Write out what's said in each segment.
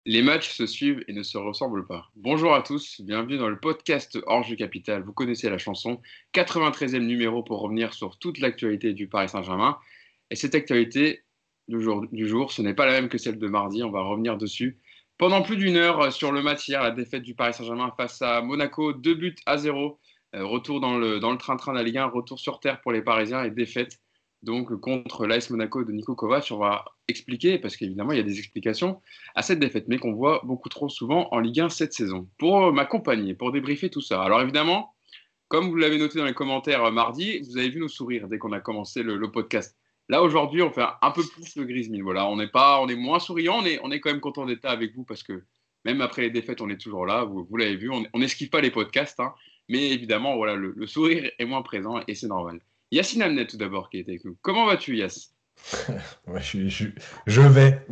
Les matchs se suivent et ne se ressemblent pas. Bonjour à tous, bienvenue dans le podcast Hors-Jeu Capital. Vous connaissez la chanson, 93e numéro pour revenir sur toute l'actualité du Paris Saint-Germain. Et cette actualité du jour, ce n'est pas la même que celle de mardi, on va revenir dessus. Pendant plus d'une heure sur le match hier, la défaite du Paris Saint-Germain face à Monaco, 2 buts à 0. Retour dans le train-train de la Ligue 1, retour sur terre pour les Parisiens et défaite donc contre l'AS Monaco de Niko Kovac. On va expliquer, parce qu'évidemment il y a des explications à cette défaite, mais qu'on voit beaucoup trop souvent en Ligue 1 cette saison. Pour m'accompagner, pour débriefer tout ça. Alors évidemment, comme vous l'avez noté dans les commentaires mardi, vous avez vu nos sourires dès qu'on a commencé le podcast. Là aujourd'hui, on fait un peu plus le Griezmann. Voilà, on est moins souriant, on est quand même content d'être là avec vous parce que même après les défaites, on est toujours là. Vous l'avez vu, on n'esquive pas les podcasts, hein, mais évidemment, voilà, le sourire est moins présent et c'est normal. Yacine Amnet tout d'abord qui est avec nous. Comment vas-tu, Yass? Ouais, je vais.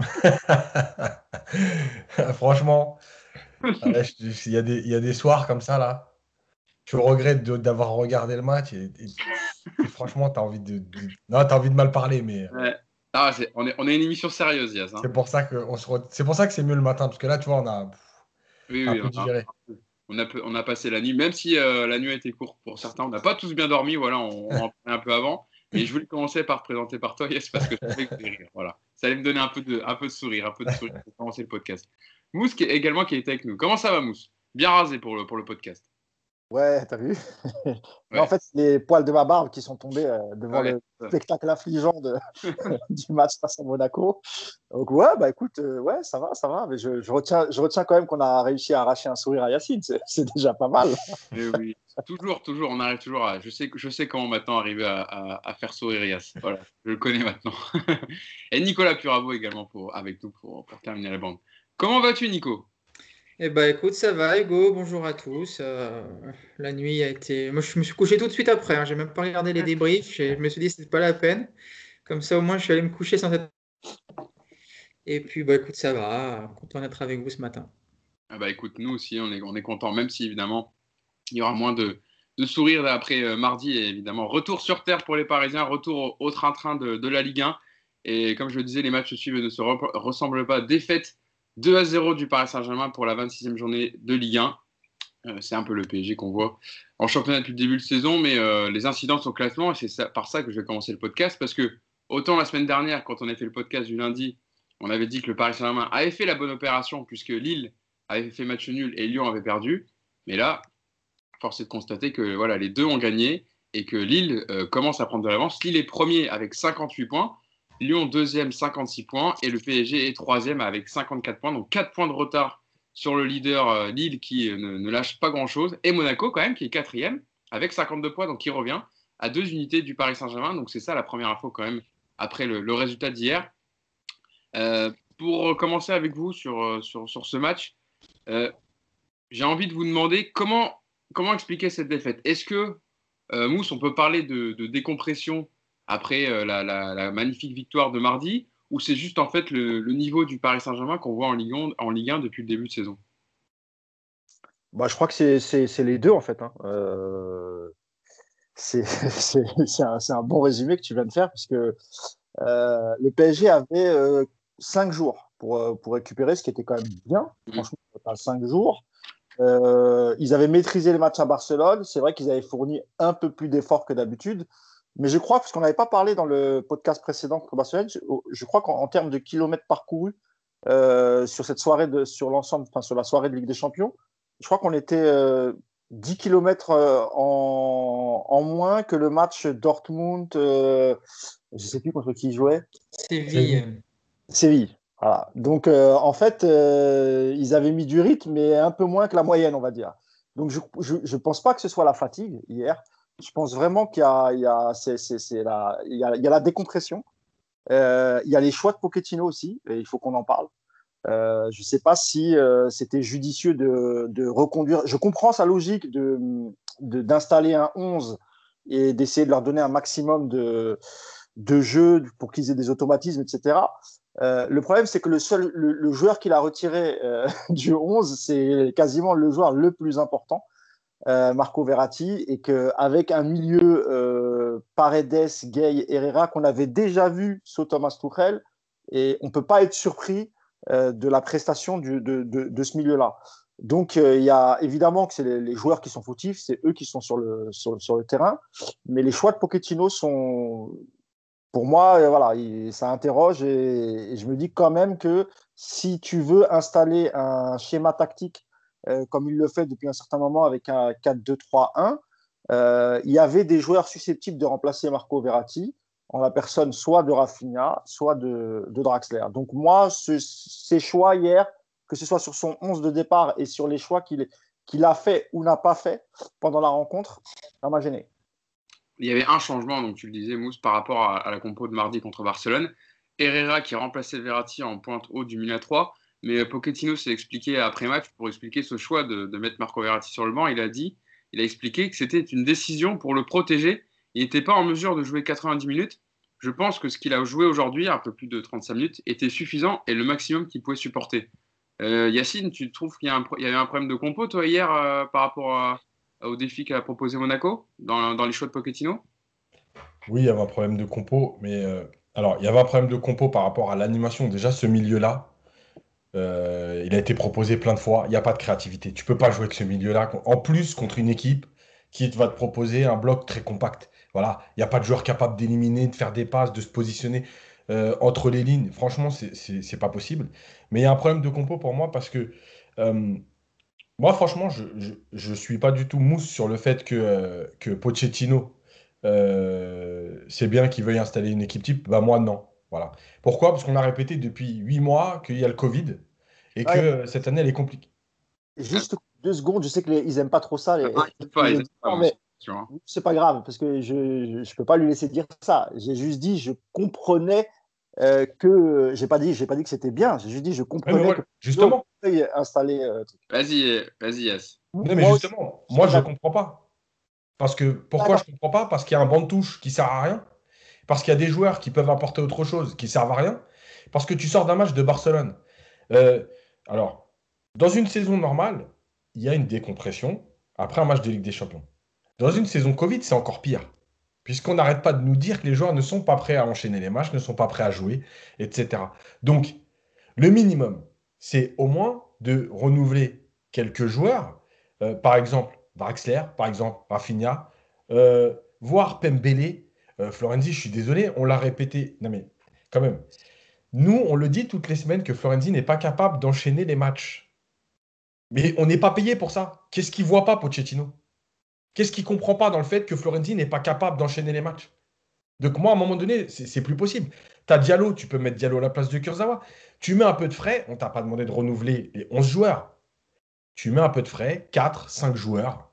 Franchement, il y a des soirs comme ça, là. Tu regrettes d'avoir regardé le match et franchement, tu as envie Non, tu envie de mal parler, mais Ouais. Ah, on est une émission sérieuse, Yass, hein. c'est pour ça que c'est mieux le matin, parce que là, tu vois, on a Oui, un oui, peu digéré. on a passé la nuit, même si la nuit a été courte pour certains, on n'a pas tous bien dormi, voilà, on en parlait un peu avant. Mais je voulais commencer par te présenter par toi, Yes, parce que je savais que tu allais rire. Voilà. Ça allait me donner un peu de sourire, un peu de sourire pour commencer le podcast. Mousse également qui était avec nous. Comment ça va, Mousse? Bien rasé pour le podcast. Ouais, t'as vu? Non, en Ouais, fait, c'est les poils de ma barbe qui sont tombés devant ouais. le spectacle affligeant du match face à Monaco. Donc, ouais, bah écoute, ouais, ça va. Mais je retiens quand même qu'on a réussi à arracher un sourire à Yacine. C'est déjà pas mal. Mais oui, toujours, on arrive toujours à. Je sais comment maintenant arriver à faire sourire Yass. Voilà, je le connais maintenant. Et Nicolas Puravo également avec nous pour terminer la bande. Comment vas-tu, Nico? Eh ben écoute, ça va, Hugo, bonjour à tous. La nuit a été. Moi, je me suis couché tout de suite après, hein. J'ai même pas regardé les débriefs. Je me suis dit, c'est pas la peine. Comme ça, au moins, je suis allé me coucher sans être. Et puis, bah écoute, ça va. Content d'être avec vous ce matin. Ah bah écoute, nous aussi, on est content, même si évidemment, il y aura moins de sourires après mardi. Et évidemment, retour sur terre pour les Parisiens, retour au train-train de la Ligue 1. Et comme je le disais, les matchs se suivent et ne se ressemblent pas. Défaite 2-0 du Paris Saint-Germain pour la 26e journée de Ligue 1. C'est un peu le PSG qu'on voit en championnat depuis le début de saison, mais les incidences au classement, et c'est par ça que je vais commencer le podcast, parce que autant la semaine dernière, quand on a fait le podcast du lundi, on avait dit que le Paris Saint-Germain avait fait la bonne opération, puisque Lille avait fait match nul et Lyon avait perdu. Mais là, force est de constater que voilà, les deux ont gagné et que Lille commence à prendre de l'avance. Lille est premier avec 58 points, Lyon deuxième 56 points et le PSG est troisième avec 54 points. Donc 4 points de retard sur le leader Lille qui ne lâche pas grand-chose. Et Monaco quand même qui est quatrième avec 52 points, donc qui revient à 2 unités du Paris Saint-Germain. Donc c'est ça la première info quand même après le résultat d'hier. Pour commencer avec vous sur ce match, euh, j'ai envie de vous demander comment expliquer cette défaite. Est-ce que, Mousse, on peut parler de décompression après la magnifique victoire de mardi, ou c'est juste en fait le niveau du Paris Saint-Germain qu'on voit en Ligue 1 depuis le début de saison? Bah, je crois que c'est les deux, en fait, hein. C'est un bon résumé que tu viens de faire, puisque le PSG avait 5 jours pour récupérer, ce qui était quand même bien. Mm. Franchement, pas 5 jours. Ils avaient maîtrisé les matchs à Barcelone. C'est vrai qu'ils avaient fourni un peu plus d'efforts que d'habitude. Mais je crois, puisqu'on n'avait pas parlé dans le podcast précédent contre Barcelone, je crois qu'en termes de kilomètres parcourus sur cette soirée, sur l'ensemble, enfin sur la soirée de Ligue des Champions, je crois qu'on était 10 kilomètres en moins que le match Dortmund, je ne sais plus contre qui ils jouaient. Séville. Séville. Voilà. Donc, en fait, ils avaient mis du rythme, mais un peu moins que la moyenne, on va dire. Donc, je pense pas que ce soit la fatigue hier. Je pense vraiment qu'il y a, il y a la décompression. Il y a les choix de Pochettino aussi, et il faut qu'on en parle. Je ne sais pas si c'était judicieux de reconduire. Je comprends sa logique d'installer un 11 et d'essayer de leur donner un maximum de jeu pour qu'ils aient des automatismes, etc. Le problème, c'est que le joueur qu'il a retiré du 11, c'est quasiment le joueur le plus important, Marco Verratti, et qu'avec un milieu Paredes, Gay, Herrera, qu'on avait déjà vu sous Thomas Tuchel, et on ne peut pas être surpris de la prestation de ce milieu-là. Donc, il y a évidemment que c'est les joueurs qui sont fautifs, c'est eux qui sont sur le terrain, mais les choix de Pochettino sont, pour moi, voilà, ça interroge et je me dis quand même que si tu veux installer un schéma tactique comme il le fait depuis un certain moment avec un 4-2-3-1, il y avait des joueurs susceptibles de remplacer Marco Verratti en la personne soit de Rafinha, soit de Draxler. Donc moi, ces choix hier, que ce soit sur son 11 de départ et sur les choix qu'il a fait ou n'a pas fait pendant la rencontre, ça m'a gêné. Il y avait un changement, donc tu le disais, Mousse, par rapport à la compo de mardi contre Barcelone. Herrera qui remplaçait Verratti en pointe haute du milieu à 3. Mais Pochettino s'est expliqué après-match pour expliquer ce choix de mettre Marco Verratti sur le banc. Il a expliqué que c'était une décision pour le protéger. Il n'était pas en mesure de jouer 90 minutes. Je pense que ce qu'il a joué aujourd'hui, un peu plus de 35 minutes, était suffisant et le maximum qu'il pouvait supporter. Yacine, tu trouves qu'il y avait un problème de compo, toi, hier, par rapport au défi qu'a proposé Monaco dans les choix de Pochettino? Oui, il y avait un problème de compo, mais alors, il y avait un problème de compo par rapport à l'animation. Déjà, ce milieu-là, il a été proposé plein de fois. Il n'y a pas de créativité. Tu peux pas jouer avec ce milieu-là. En plus, contre une équipe qui va te proposer un bloc très compact. Voilà, il n'y a pas de joueur capable d'éliminer, de faire des passes, de se positionner entre les lignes. Franchement, c'est pas possible. Mais il y a un problème de compo pour moi parce que euh, moi, franchement, je suis pas du tout mousse sur le fait que Pochettino, c'est bien qu'il veuille installer une équipe type. Bah, moi, non. Voilà. Pourquoi? Parce qu'on a répété depuis 8 mois qu'il y a le Covid et que Ouais, cette année, elle est compliquée. juste 2 secondes, je sais qu'ils n'aiment pas trop ça. Ils aiment pas, Mais sûr, hein. c'est pas grave, parce que je ne peux pas lui laisser dire ça. J'ai juste dit, je comprenais que. J'ai pas dit que c'était bien, j'ai juste dit, je Ouais, mais comprenais voilà, que justement. installer. Vas-y, Yass. Non, mais Moi aussi, justement, moi, je comprends pas. Parce que, pourquoi d'accord. je comprends pas? Parce qu'il y a un banc de touche qui sert à rien. Parce qu'il y a des joueurs qui peuvent apporter autre chose, qui servent à rien. Parce que tu sors d'un match de Barcelone. Euh, alors, dans une saison normale, il y a une décompression après un match de Ligue des Champions. Dans une saison Covid, c'est encore pire. Puisqu'on n'arrête pas de nous dire que les joueurs ne sont pas prêts à enchaîner les matchs, ne sont pas prêts à jouer, etc. Donc, le minimum, c'est au moins de renouveler quelques joueurs. Par exemple, Draxler, par exemple, Rafinha, voire Pembele. Florenzi, je suis désolé, on l'a répété. Non mais, quand même. Nous, on le dit toutes les semaines que Florenzi n'est pas capable d'enchaîner les matchs. Mais on n'est pas payé pour ça. Qu'est-ce qu'il ne voit pas, Pochettino? Qu'est-ce qu'il ne comprend pas dans le fait que Florenzi n'est pas capable d'enchaîner les matchs? Donc moi, à un moment donné, c'est plus possible. Tu as Diallo, tu peux mettre Diallo à la place de Kurzawa. Tu mets un peu de frais, on t'a pas demandé de renouveler les 11 joueurs. Tu mets un peu de frais, 4, 5 joueurs.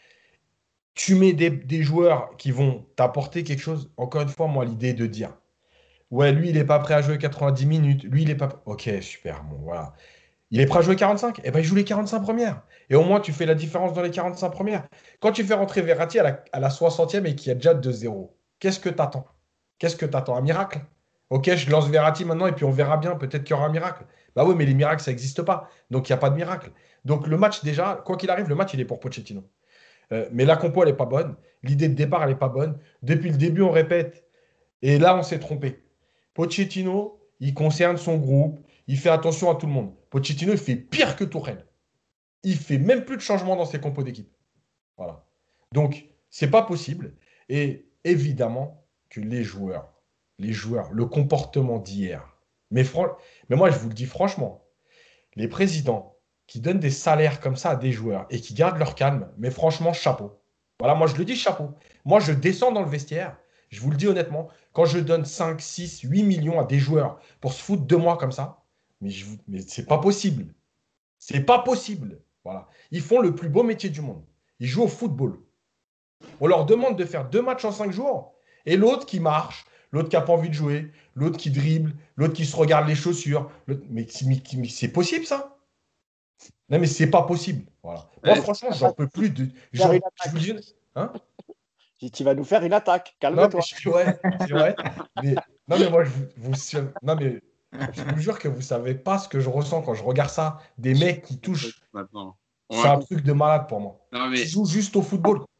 Tu mets des joueurs qui vont t'apporter quelque chose. Encore une fois, moi, l'idée de dire, ouais, lui, il n'est pas prêt à jouer 90 minutes. Lui, il n'est pas... Ok, super, bon, voilà. Il est prêt à jouer 45. Eh ben, il joue les 45 premières. Et au moins, tu fais la différence dans les 45 premières. Quand tu fais rentrer Verratti à la 60e et qu'il y a déjà 2-0, qu'est-ce que tu attends? Qu'est-ce que tu attends? Un miracle? Ok, je lance Verratti maintenant et puis on verra bien. Peut-être qu'il y aura un miracle. Bah oui, mais les miracles, ça n'existe pas. Donc, il n'y a pas de miracle. Donc, le match, déjà, quoi qu'il arrive, le match, il est pour Pochettino. Mais la compo, elle n'est pas bonne. L'idée de départ, elle n'est pas bonne. Depuis le début, on répète. Et là, on s'est trompé. Pochettino, il concerne son groupe. Il fait attention à tout le monde. Pochettino, il fait pire que Tourelle. Il fait même plus de changements dans ses compos d'équipe. Voilà. Donc, c'est pas possible. Et évidemment que les joueurs, le comportement d'hier. Mais moi, je vous le dis franchement, les présidents qui donnent des salaires comme ça à des joueurs et qui gardent leur calme, mais franchement, chapeau. Voilà, moi, je le dis, chapeau. Moi, je descends dans le vestiaire. Je vous le dis honnêtement, quand je donne 5, 6, 8 millions à des joueurs pour se foutre de moi comme ça, mais c'est pas possible. C'est pas possible. Voilà. Ils font le plus beau métier du monde. Ils jouent au football. On leur demande de faire 2 matchs en 5 jours. Et l'autre qui marche, l'autre qui n'a pas envie de jouer, l'autre qui dribble, l'autre qui se regarde les chaussures. Mais c'est possible ça? Non, mais c'est pas possible. Voilà. Moi, Ouais, franchement, j'en peux plus de. Faire une Je vous dis. Hein? Tu vas nous faire une attaque, Non, calme-toi. mais ouais, c'est vrai. Mais, non, mais moi, non, mais je vous jure que vous savez pas ce que je ressens quand je regarde ça. Des mecs qui touchent. maintenant. C'est Ouais. un truc de malade pour moi. Non, Qui mais jouent juste au football.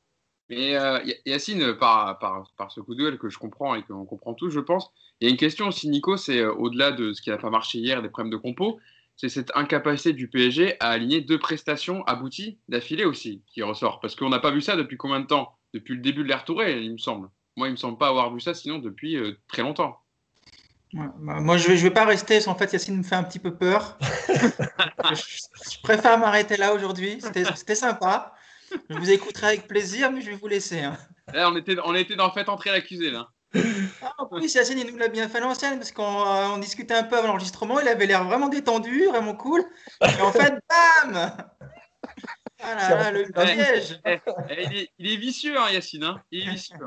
Mais Yacine, par ce coup de gueule que je comprends et qu'on comprend tous, je pense, il y a une question aussi, Nico, c'est au-delà de ce qui n'a pas marché hier, des problèmes de compo, c'est cette incapacité du PSG à aligner deux prestations abouties d'affilée aussi qui ressort. Parce qu'on n'a pas vu ça depuis combien de temps? Depuis le début de l'ère Touré, il me semble. Moi, il me semble pas avoir vu ça sinon depuis très longtemps. Ouais, bah, moi, je vais pas rester. En fait, Yacine me fait un petit peu peur. Je préfère m'arrêter là aujourd'hui. C'était sympa. Je vous écouterai avec plaisir, mais je vais vous laisser, hein. Là, on était dans Faites entrer l'accusé, là. Ah, en plus, Yacine, il nous l'a bien fait à l'ancienne, parce qu'on discutait un peu avant l'enregistrement. Il avait l'air vraiment détendu, vraiment cool. Et en fait, bam! Ah là là, le Eh, piège! il est vicieux, hein, Yacine. Hein, il est vicieux.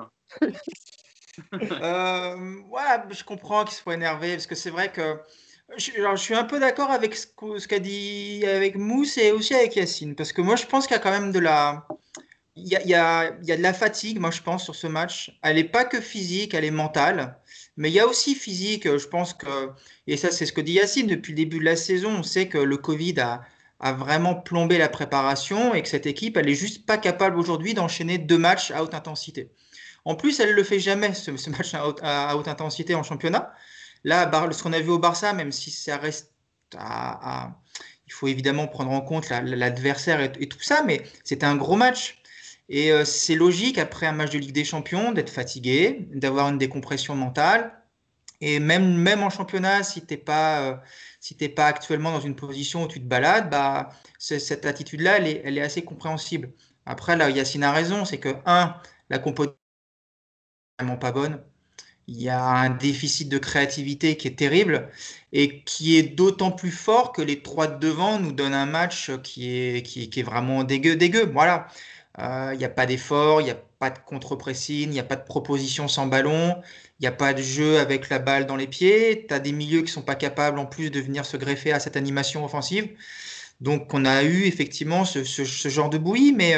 Ouais, je comprends qu'il soit énervé, parce que c'est vrai que alors, je suis un peu d'accord avec ce qu'a dit avec Mousse et aussi avec Yacine, parce que moi, je pense qu'il y a quand même il y a de la fatigue, moi, je pense, sur ce match. Elle n'est pas que physique, elle est mentale. Mais il y a aussi physique, je pense que, et ça, c'est ce que dit Yacine, depuis le début de la saison, on sait que le Covid a vraiment plombé la préparation et que cette équipe, elle est juste pas capable aujourd'hui d'enchaîner 2 matchs à haute intensité. En plus, elle ne le fait jamais, ce match à haute intensité en championnat. Là, ce qu'on a vu au Barça, même si ça reste il faut évidemment prendre en compte l'adversaire et tout ça, mais c'était un gros match. Et c'est logique, après un match de Ligue des Champions, d'être fatigué, d'avoir une décompression mentale. Et même en championnat, si t'es pas actuellement dans une position où tu te balades, bah, cette attitude-là, elle est assez compréhensible. Après, là, Yacine a raison, c'est que, la composition n'est vraiment pas bonne. Il y a un déficit de créativité qui est terrible et qui est d'autant plus fort que les trois de devant nous donnent un match qui est vraiment dégueu, dégueu. Voilà. Il n'y a pas d'effort, il n'y a pas de contre-pressing, il n'y a pas de proposition sans ballon, il n'y a pas de jeu avec la balle dans les pieds. Tu as des milieux qui ne sont pas capables en plus de venir se greffer à cette animation offensive. Donc on a eu effectivement ce genre de bouillie, mais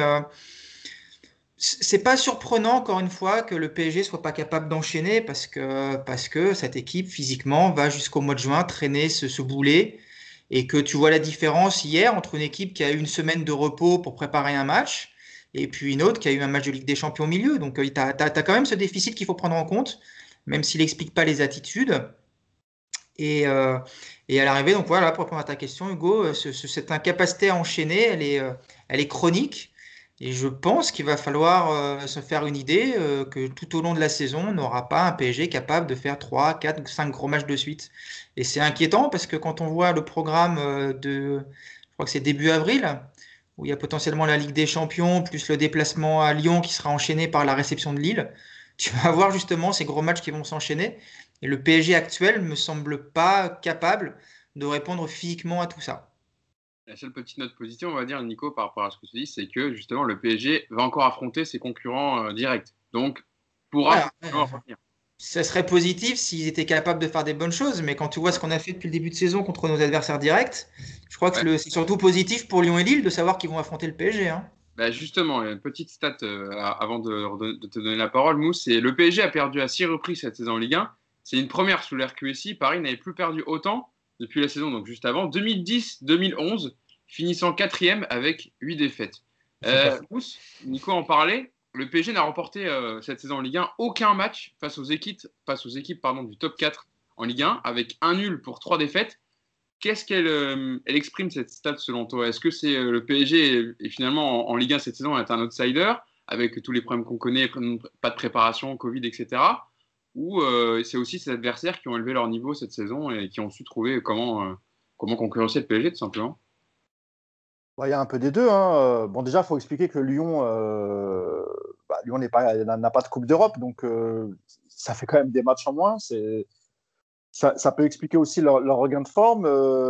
c'est pas surprenant, encore une fois, que le PSG soit pas capable d'enchaîner parce que cette équipe, physiquement, va jusqu'au mois de juin traîner ce boulet et que tu vois la différence hier entre une équipe qui a eu une semaine de repos pour préparer un match et puis une autre qui a eu un match de Ligue des Champions au milieu. Donc, tu as quand même ce déficit qu'il faut prendre en compte, même s'il n'explique pas les attitudes. Et, euh, et à l'arrivée, donc voilà, pour répondre à ta question, Hugo, cette incapacité à enchaîner, elle est chronique. Et je pense qu'il va falloir se faire une idée que tout au long de la saison, on n'aura pas un PSG capable de faire 3, 4, 5 gros matchs de suite. Et c'est inquiétant parce que quand on voit le programme je crois que c'est début avril, où il y a potentiellement la Ligue des Champions, plus le déplacement à Lyon qui sera enchaîné par la réception de Lille, tu vas avoir justement ces gros matchs qui vont s'enchaîner. Et le PSG actuel ne me semble pas capable de répondre physiquement à tout ça. La seule petite note positive, on va dire, Nico, par rapport à ce que tu dis, c'est que justement, le PSG va encore affronter ses concurrents directs. Donc, pourra Voilà. potentiellement revenir. Ça serait positif s'ils étaient capables de faire des bonnes choses, mais quand tu vois ce qu'on a fait depuis le début de saison contre nos adversaires directs, je crois que Ouais. c'est surtout positif pour Lyon et Lille de savoir qu'ils vont affronter le PSG, hein. Bah, justement, une petite stat avant de te donner la parole, Mousse, c'est le PSG a perdu à 6 reprises cette saison en Ligue 1. C'est une première sous l'ère QSI. Paris n'avait plus perdu autant depuis la saison, donc juste avant, 2010-2011, finissant quatrième avec 8 défaites. Mousse, Nico en parlait, le PSG n'a remporté cette saison en Ligue 1 aucun match face aux équipes pardon, du top 4 en Ligue 1, avec un nul pour 3 défaites. Qu'est-ce qu'elle exprime cette stat selon toi? Est-ce que c'est le PSG et finalement en Ligue 1 cette saison est un outsider avec tous les problèmes qu'on connaît, pas de préparation, Covid, etc. Ou c'est aussi ces adversaires qui ont élevé leur niveau cette saison et qui ont su trouver comment concurrencer le PSG tout simplement? Il y a un peu des deux, hein. Bon, déjà, il faut expliquer que Lyon, Lyon n'a pas de Coupe d'Europe, donc ça fait quand même des matchs en moins. Ça peut expliquer aussi leur regain de forme.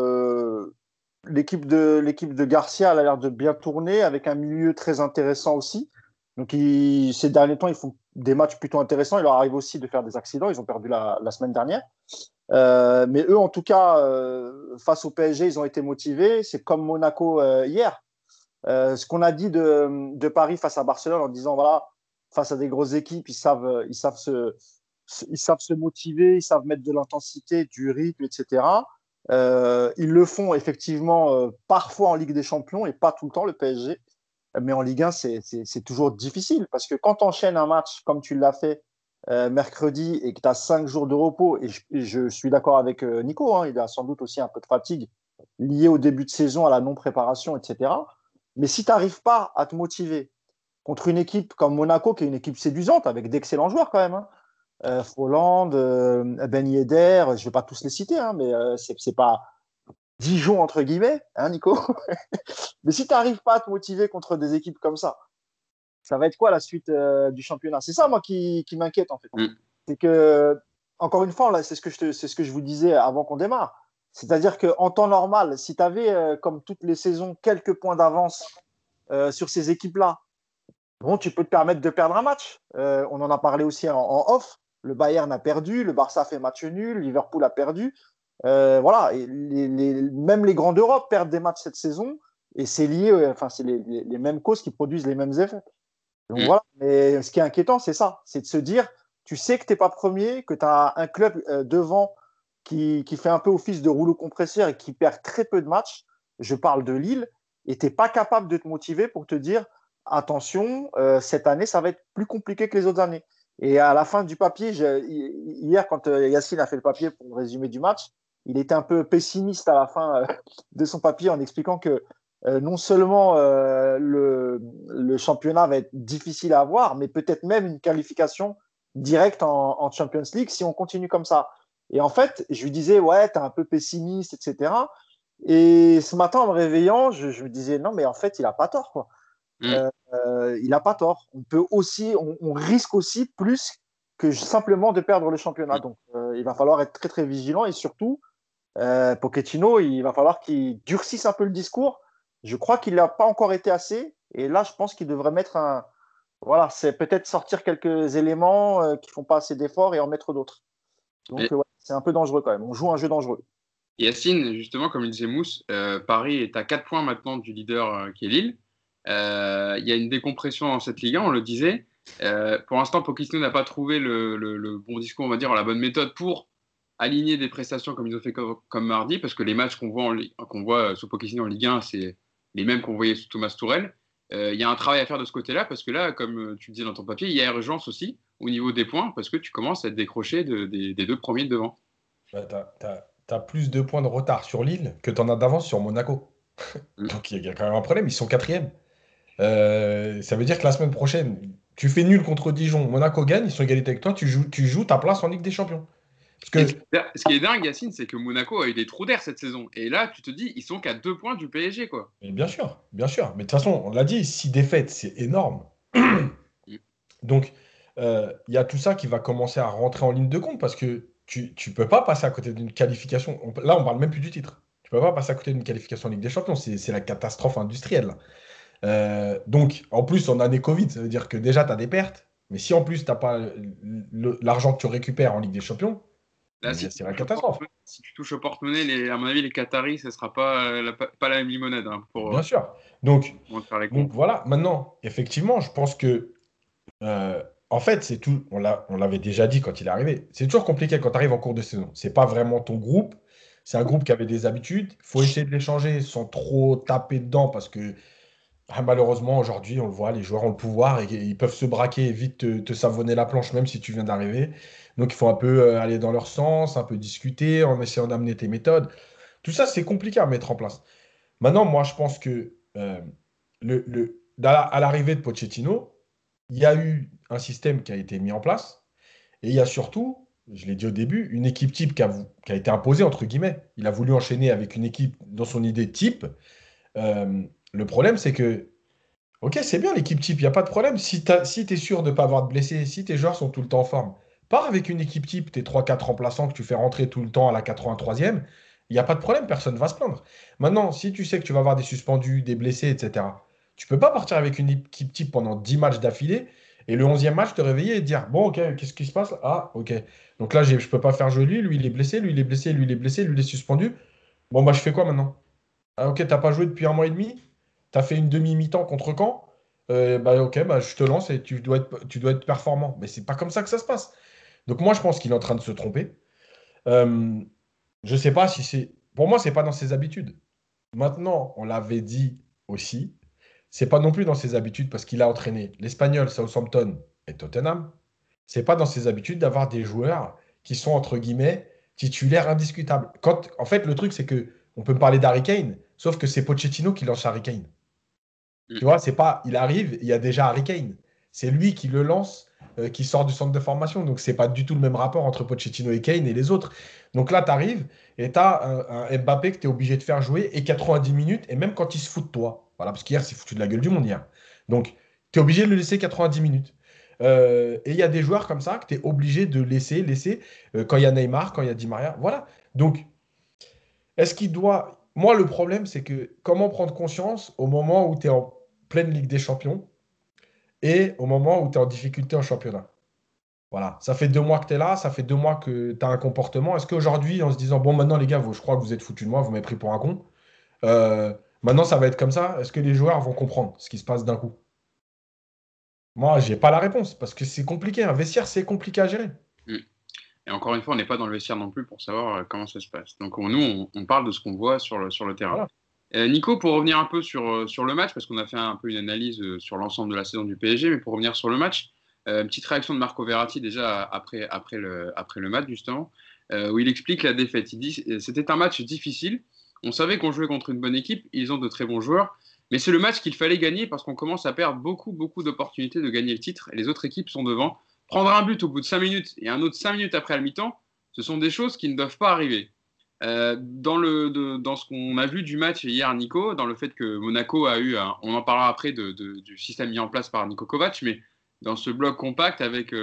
L'équipe de Garcia elle a l'air de bien tourner, avec un milieu très intéressant aussi. Donc, ces derniers temps, ils font des matchs plutôt intéressants. Il leur arrive aussi de faire des accidents. Ils ont perdu la semaine dernière. Mais eux, en tout cas, face au PSG, ils ont été motivés. C'est comme Monaco hier. Ce qu'on a dit de Paris face à Barcelone en disant, voilà, face à des grosses équipes, ils savent se motiver, ils savent mettre de l'intensité, du rythme, etc. Ils le font effectivement parfois en Ligue des Champions et pas tout le temps, le PSG. Mais en Ligue 1, c'est toujours difficile parce que quand tu enchaînes un match comme tu l'as fait mercredi et que tu as 5 jours de repos, et je suis d'accord avec Nico, hein, il a sans doute aussi un peu de fatigue liée au début de saison, à la non-préparation, etc. Mais si tu n'arrives pas à te motiver contre une équipe comme Monaco, qui est une équipe séduisante avec d'excellents joueurs quand même, hein, Folland, Ben Yedder, je ne vais pas tous les citer, hein, mais c'est pas Dijon entre guillemets, hein, Nico. Mais si tu n'arrives pas à te motiver contre des équipes comme ça va être quoi la suite du championnat? C'est ça, moi, qui m'inquiète, en fait. C'est que, encore une fois, là, c'est ce que je vous disais avant qu'on démarre. C'est-à-dire qu'en temps normal, si tu avais, comme toutes les saisons, quelques points d'avance sur ces équipes-là, bon, tu peux te permettre de perdre un match. On en a parlé aussi en off. Le Bayern a perdu, le Barça fait match nul, Liverpool a perdu. Voilà, et même les grands d'Europe perdent des matchs cette saison. Et c'est lié, enfin, c'est les mêmes causes qui produisent les mêmes effets. Donc voilà, mais ce qui est inquiétant, c'est ça, c'est de se dire, tu sais que tu n'es pas premier, que tu as un club devant qui fait un peu office de rouleau compresseur et qui perd très peu de matchs. Je parle de Lille, et tu n'es pas capable de te motiver pour te dire, attention, cette année, ça va être plus compliqué que les autres années. Et à la fin du papier, hier, quand Yacine a fait le papier pour le résumé du match, il était un peu pessimiste à la fin de son papier en expliquant que non seulement le championnat va être difficile à avoir, mais peut-être même une qualification directe en Champions League si on continue comme ça. Et en fait, je lui disais, ouais, t'es un peu pessimiste, etc. Et ce matin, en me réveillant, je me disais, non, mais en fait, il n'a pas tort, quoi. Il n'a pas tort. On risque aussi plus que simplement de perdre le championnat. Donc, il va falloir être très, très vigilant et surtout, Pochettino, il va falloir qu'il durcisse un peu le discours. Je crois qu'il n'a pas encore été assez. Et là, je pense qu'il devrait mettre un. Voilà, c'est peut-être sortir quelques éléments qui ne font pas assez d'efforts et en mettre d'autres. Donc, ouais, c'est un peu dangereux quand même. On joue un jeu dangereux. Yacine, justement, comme il disait Mousse, Paris est à 4 points maintenant du leader qui est Lille. Il y a une décompression dans cette Ligue 1, on le disait. Pour l'instant, Pochettino n'a pas trouvé le bon discours, on va dire, la bonne méthode pour aligner des prestations comme ils ont fait comme mardi, parce que les matchs qu'on voit sous Pochettino en Ligue 1, c'est les mêmes qu'on voyait sous Thomas Tuchel. Il y a un travail à faire de ce côté-là, parce que là, comme tu le disais dans ton papier, il y a urgence aussi au niveau des points, parce que tu commences à être décroché des deux premiers de devant. Bah, t'as plus de points de retard sur Lille que t'en as d'avance sur Monaco. Donc il y a quand même un problème, ils sont quatrième. Ça veut dire que la semaine prochaine, tu fais nul contre Dijon, Monaco gagne, ils sont égalité avec toi, tu joues ta place en Ligue des Champions. Parce que, Ce qui est dingue, Yacine, c'est que Monaco a eu des trous d'air cette saison. Et là, tu te dis, ils sont qu'à 2 points du PSG, quoi. mais bien sûr, bien sûr. Mais de toute façon, on l'a dit, 6 défaites, c'est énorme. Donc, il y a tout ça qui va commencer à rentrer en ligne de compte parce que tu peux pas passer à côté d'une qualification. Là, on parle même plus du titre. Tu peux pas passer à côté d'une qualification en Ligue des Champions. C'est la catastrophe industrielle, là. Donc, en plus, en année Covid, ça veut dire que déjà, tu as des pertes. Mais si en plus, tu n'as pas l'argent que tu récupères en Ligue des Champions, Là, c'est la catastrophe. Si tu touches au porte-monnaie, à mon avis, les Qataris, ce ne sera pas la même limonade hein, Bien sûr. Donc donc voilà, maintenant, effectivement, je pense que, en fait, c'est tout. On l'avait déjà dit quand il est arrivé. C'est toujours compliqué quand tu arrives en cours de saison. C'est pas vraiment ton groupe. C'est un groupe qui avait des habitudes. Il faut essayer de les changer sans trop taper dedans parce que malheureusement, aujourd'hui, on le voit, les joueurs ont le pouvoir et ils peuvent se braquer et vite te savonner la planche, même si tu viens d'arriver. Donc, il faut un peu aller dans leur sens, un peu discuter en essayant d'amener tes méthodes. Tout ça, c'est compliqué à mettre en place. Maintenant, moi, je pense que à l'arrivée de Pochettino, il y a eu un système qui a été mis en place et il y a surtout, je l'ai dit au début, une équipe type qui a été imposée, entre guillemets. Il a voulu enchaîner avec une équipe dans son idée type. Le problème, c'est que, ok, c'est bien l'équipe type, il n'y a pas de problème. Si tu es sûr de ne pas avoir de blessés, si tes joueurs sont tout le temps en forme, pars avec une équipe type, tes 3-4 remplaçants que tu fais rentrer tout le temps à la 83e, il n'y a pas de problème, personne ne va se plaindre. Maintenant, si tu sais que tu vas avoir des suspendus, des blessés, etc., tu peux pas partir avec une équipe type pendant 10 matchs d'affilée et le 11e match te réveiller et te dire, bon, ok, qu'est-ce qui se passe? Ah, ok. Donc là, je ne peux pas faire jouer lui il est blessé, lui il est blessé, lui il est blessé, lui il est suspendu. Bon, bah je fais quoi maintenant? Ah, ok, t'as pas joué depuis un mois et demi? T'as fait une demi-mi-temps contre Caen? Bah ok, bah je te lance et tu dois être performant. Mais c'est pas comme ça que ça se passe. Donc moi, je pense qu'il est en train de se tromper. Euh, je sais pas si c'est. Pour moi, c'est pas dans ses habitudes. Maintenant, on l'avait dit aussi, c'est pas non plus dans ses habitudes parce qu'il a entraîné l'Espagnol, Southampton et Tottenham. C'est pas dans ses habitudes d'avoir des joueurs qui sont entre guillemets titulaires indiscutables. En fait, le truc c'est que on peut me parler d'Harry Kane, sauf que c'est Pochettino qui lance Harry Kane. Tu vois, c'est pas, il arrive, il y a déjà Harry Kane. C'est lui qui le lance, qui sort du centre de formation. Donc, c'est pas du tout le même rapport entre Pochettino et Kane et les autres. Donc là, tu arrives et tu as un Mbappé que tu es obligé de faire jouer et 90 minutes, et même quand il se fout de toi. Voilà, parce qu'hier, c'est foutu de la gueule du monde hier. Donc, tu es obligé de le laisser 90 minutes. Et il y a des joueurs comme ça que tu es obligé de laisser quand il y a Neymar, quand il y a Di Maria. Voilà. Donc, est-ce qu'il doit. Moi, le problème, c'est que comment prendre conscience au moment où tu es en pleine Ligue des Champions et au moment où tu es en difficulté en championnat. Voilà, ça fait 2 mois que tu es là, ça fait 2 mois que tu as un comportement. Est-ce qu'aujourd'hui, en se disant, bon, maintenant les gars, je crois que vous êtes foutus de moi, vous m'avez pris pour un con, maintenant ça va être comme ça, est-ce que les joueurs vont comprendre ce qui se passe d'un coup? Moi, j'ai pas la réponse, parce que c'est compliqué, un vestiaire, c'est compliqué à gérer. Et encore une fois, on n'est pas dans le vestiaire non plus pour savoir comment ça se passe. Donc nous, on parle de ce qu'on voit sur le terrain. Voilà. Nico, pour revenir un peu sur le match, parce qu'on a fait un peu une analyse sur l'ensemble de la saison du PSG, mais pour revenir sur le match, une petite réaction de Marco Verratti déjà après le match justement, où il explique la défaite. Il dit c'était un match difficile, on savait qu'on jouait contre une bonne équipe, ils ont de très bons joueurs, mais c'est le match qu'il fallait gagner parce qu'on commence à perdre beaucoup d'opportunités de gagner le titre et les autres équipes sont devant. Prendre un but au bout de 5 minutes et un autre 5 minutes après à la mi-temps, ce sont des choses qui ne doivent pas arriver. Dans ce qu'on a vu du match hier, Nico, dans le fait que Monaco a eu, on en parlera après du système mis en place par Niko Kovac, mais dans ce bloc compact avec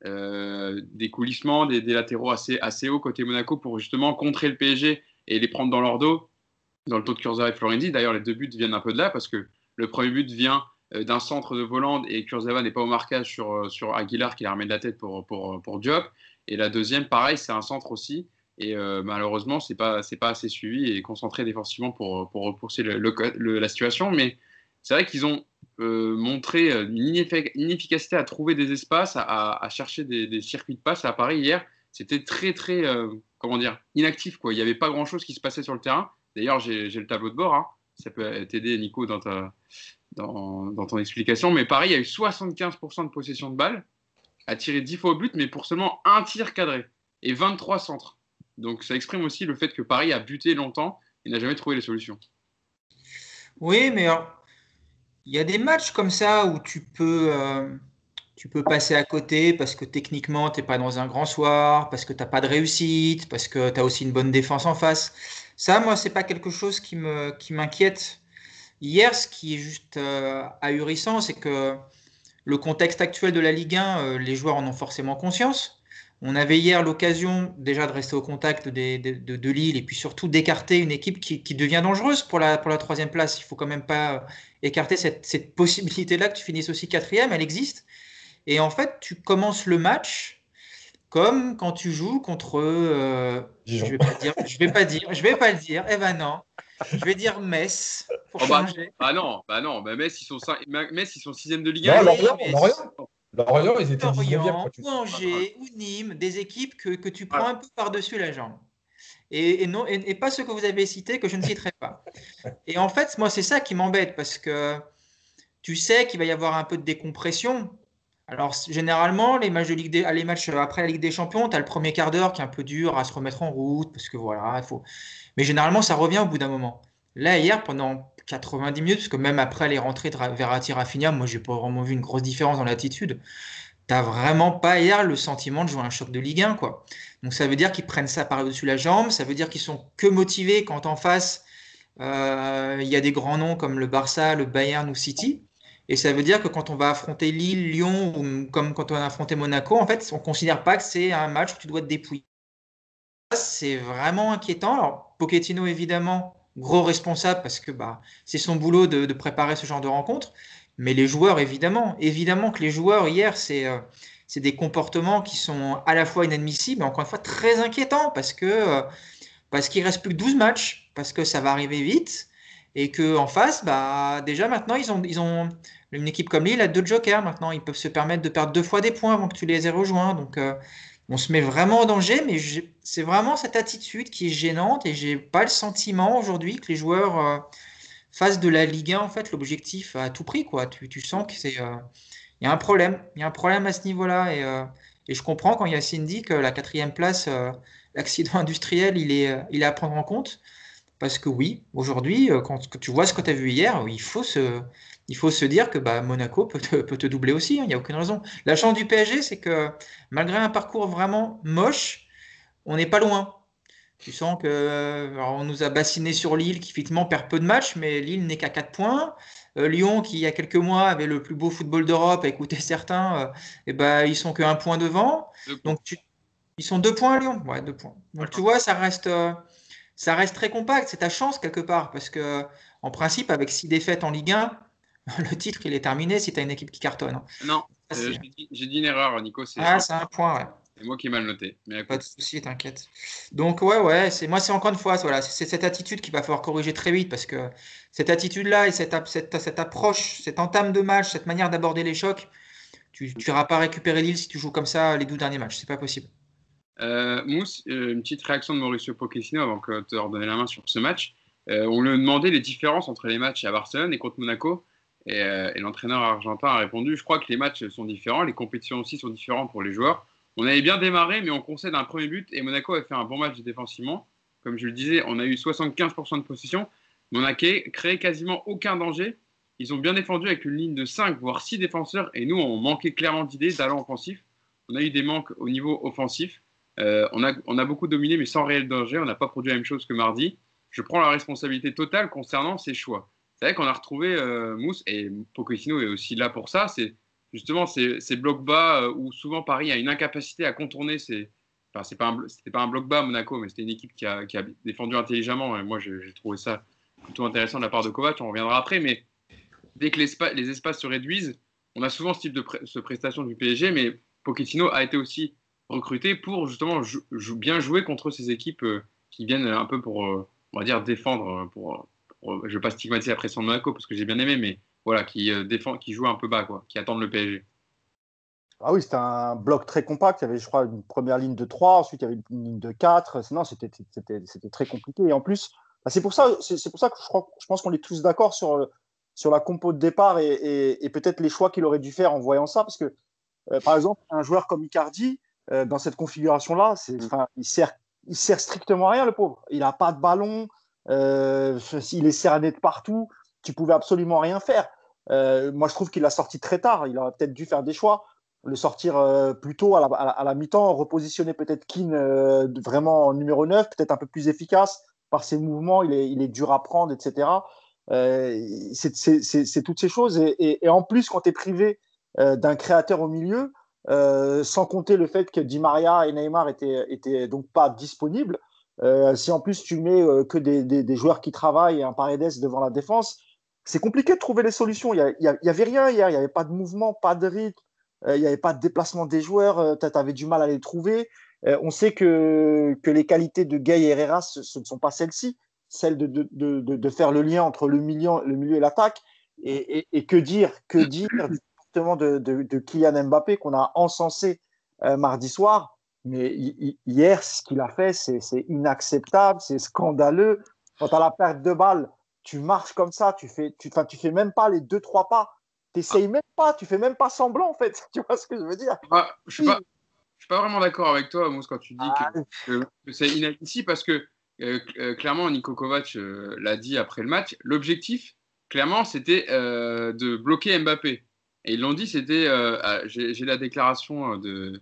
des coulissements, des latéraux assez hauts côté Monaco pour justement contrer le PSG et les prendre dans leur dos, dans le dos de Kurzawa et Florenzi. D'ailleurs, les 2 buts viennent un peu de là parce que le premier but vient d'un centre de Volland et Kurzawa n'est pas au marquage sur Aguilar qui la remet de la tête pour Diop. Et la deuxième, pareil, c'est un centre aussi. Et malheureusement, c'est pas assez suivi et concentré défensivement pour repousser la situation. Mais c'est vrai qu'ils ont montré une inefficacité à trouver des espaces, à chercher des circuits de passe. À Paris, hier, c'était très, très inactif, quoi. Il n'y avait pas grand-chose qui se passait sur le terrain. D'ailleurs, j'ai le tableau de bord. Hein. Ça peut t'aider, Nico, dans ton explication. Mais Paris a eu 75% de possession de balle, a tiré 10 fois au but, mais pour seulement un tir cadré et 23 centres. Donc ça exprime aussi le fait que Paris a buté longtemps et n'a jamais trouvé les solutions. Oui, mais il y a des matchs comme ça où tu peux passer à côté parce que techniquement, tu n'es pas dans un grand soir, parce que tu n'as pas de réussite, parce que tu as aussi une bonne défense en face. Ça, moi, ce n'est pas quelque chose qui m'inquiète. Hier, ce qui est juste ahurissant, c'est que le contexte actuel de la Ligue 1, les joueurs en ont forcément conscience. On avait hier l'occasion déjà de rester au contact de Lille et puis surtout d'écarter une équipe qui devient dangereuse pour la 3e place. Il ne faut quand même pas écarter cette possibilité-là que tu finisses aussi 4e, elle existe. Et en fait, tu commences le match comme quand tu joues contre... je vais pas le dire. Eh ben non. Je vais dire Metz pour changer. Non, Metz, ils sont 6e de Ligue 1. Lorient, ils étaient 19e. Ou Angers, ou Nîmes, des équipes que tu prends un peu par-dessus la jambe. Et pas ceux que vous avez cités, que je ne citerai pas. Et en fait, moi, c'est ça qui m'embête, parce que tu sais qu'il va y avoir un peu de décompression. Alors, généralement, les matchs après la Ligue des Champions, tu as le premier quart d'heure qui est un peu dur à se remettre en route, parce que voilà, il faut... Mais généralement, ça revient au bout d'un moment. Là, hier, pendant 90 minutes, parce que même après les rentrées de Verratti, Rafinha, moi, j'ai pas vraiment vu une grosse différence dans l'attitude. T'as vraiment pas hier le sentiment de jouer un choc de Ligue 1, quoi. Donc ça veut dire qu'ils prennent ça par-dessus la jambe, ça veut dire qu'ils sont que motivés quand en face, il y a des grands noms comme le Barça, le Bayern ou City. Et ça veut dire que quand on va affronter Lille, Lyon, ou comme quand on a affronté Monaco, en fait, on ne considère pas que c'est un match où tu dois te dépouiller. C'est vraiment inquiétant. Alors, Pochettino, évidemment, gros responsable parce que c'est son boulot de préparer ce genre de rencontre. Mais les joueurs, évidemment que les joueurs, hier, c'est des comportements qui sont à la fois inadmissibles, mais encore une fois très inquiétants parce qu'il ne reste plus que 12 matchs, parce que ça va arriver vite. Et qu'en face, déjà maintenant, ils ont une équipe comme Lille a 2 jokers maintenant. Ils peuvent se permettre de perdre 2 fois des points avant que tu les aies rejoints. Donc, on se met vraiment en danger. Mais c'est vraiment cette attitude qui est gênante. Et je n'ai pas le sentiment aujourd'hui que les joueurs fasse de la Ligue 1 en fait l'objectif à tout prix, quoi. Tu sens que il y a un problème. Il y a un problème à ce niveau-là. Et je comprends quand Yacine dit que la 4e place, l'accident industriel, il est à prendre en compte. Parce que oui, aujourd'hui, quand tu vois ce que tu as vu hier, il faut se dire que bah, Monaco peut te doubler aussi, hein, il n'y a aucune raison. La chance du PSG, c'est que malgré un parcours vraiment moche, on n'est pas loin. Tu sens que alors, on nous a bassiné sur Lille qui effectivement perd peu de matchs, mais Lille n'est qu'à 4 points. Lyon, qui il y a quelques mois avait le plus beau football d'Europe, a écouté certains, et ben, ils sont qu'un point devant. Donc ils sont 2 points à Lyon. Ouais, 2 points. Donc tu vois, ça reste très compact. C'est ta chance quelque part, parce que en principe, avec 6 défaites en Ligue 1, le titre il est terminé si tu as une équipe qui cartonne, hein. Non, Ça, j'ai dit une erreur, Nico. c'est un point, ouais. C'est moi qui ai mal noté. Mais Pas de souci, t'inquiète. Donc ouais, c'est encore une fois, voilà, c'est cette attitude qu'il va falloir corriger très vite parce que cette attitude-là et cette approche, cette entame de match, cette manière d'aborder les chocs, tu n'iras pas récupérer Lille si tu joues comme ça les 12 derniers matchs, c'est pas possible. Mousse, une petite réaction de Mauricio Pochettino avant que de te redonner la main sur ce match. On lui a demandé les différences entre les matchs à Barcelone et contre Monaco. Et l'entraîneur argentin a répondu: je crois que les matchs sont différents, les compétitions aussi sont différentes pour les joueurs. On avait bien démarré, mais on concède un premier but et Monaco a fait un bon match défensivement. Comme je le disais, on a eu 75% de possession, mais on n'a créé quasiment aucun danger. Ils ont bien défendu avec une ligne de 5, voire 6 défenseurs, et nous, on manquait clairement d'idées, d'allant offensif. On a eu des manques au niveau offensif. On a beaucoup dominé, mais sans réel danger. On n'a pas produit la même chose que mardi. Je prends la responsabilité totale concernant ces choix. C'est vrai qu'on a retrouvé Mousse, et Pochettino est aussi là pour ça. C'est justement ces blocs bas où souvent Paris a une incapacité à contourner Enfin, c'était pas un bloc bas à Monaco, mais c'était une équipe qui a défendu intelligemment. Et moi, j'ai trouvé ça plutôt intéressant de la part de Kovac. On reviendra après, mais dès que les espaces se réduisent, on a souvent ce type de prestation du PSG, mais Pochettino a été aussi recruté pour justement bien jouer contre ces équipes qui viennent un peu pour, on va dire, défendre. Je ne vais pas stigmatiser la pression de Monaco parce que j'ai bien aimé, mais voilà, qui jouent un peu bas, quoi, qui attendent le PSG. Ah oui, c'était un bloc très compact. Il y avait, je crois, une première ligne de 3, ensuite il y avait une ligne de 4. Non, c'était très compliqué. Et en plus, bah, c'est pour ça que je pense qu'on est tous d'accord sur la compo de départ et peut-être les choix qu'il aurait dû faire en voyant ça. Parce que, par exemple, un joueur comme Icardi, dans cette configuration-là, il sert strictement à rien, le pauvre. Il n'a pas de ballon, il est cerné de partout. Tu pouvais absolument rien faire. Moi, je trouve qu'il l'a sorti très tard. Il aurait peut-être dû faire des choix, le sortir plus tôt à la mi-temps, repositionner peut-être Keane vraiment en numéro 9, peut-être un peu plus efficace par ses mouvements, il est dur à prendre, etc. C'est toutes ces choses. Et en plus, quand tu es privé d'un créateur au milieu, sans compter le fait que Di Maria et Neymar étaient donc pas disponibles, si en plus tu mets que des joueurs qui travaillent et un Paredes devant la défense, c'est compliqué de trouver les solutions. Il y avait rien hier, il n'y avait pas de mouvement, pas de rythme. Il n'y avait pas de déplacement des joueurs, tu avais du mal à les trouver. On sait que les qualités de Gay et Herrera, ce ne sont pas celles-ci, celles de faire le lien entre le milieu et l'attaque. Et que dire du comportement de Kylian Mbappé qu'on a encensé mardi soir. Mais hier, ce qu'il a fait, c'est inacceptable, c'est scandaleux. Quand tu as la perte de balle, tu marches comme ça, tu fais même pas les 2-3 pas. T'essayes même pas, tu fais même pas semblant en fait. Tu vois ce que je veux dire? Je suis pas vraiment d'accord avec toi, Mousse, quand tu dis que c'est inadmissible parce que clairement, Niko Kovac l'a dit après le match. L'objectif, clairement, c'était de bloquer Mbappé. Et ils l'ont dit, c'était. J'ai la déclaration de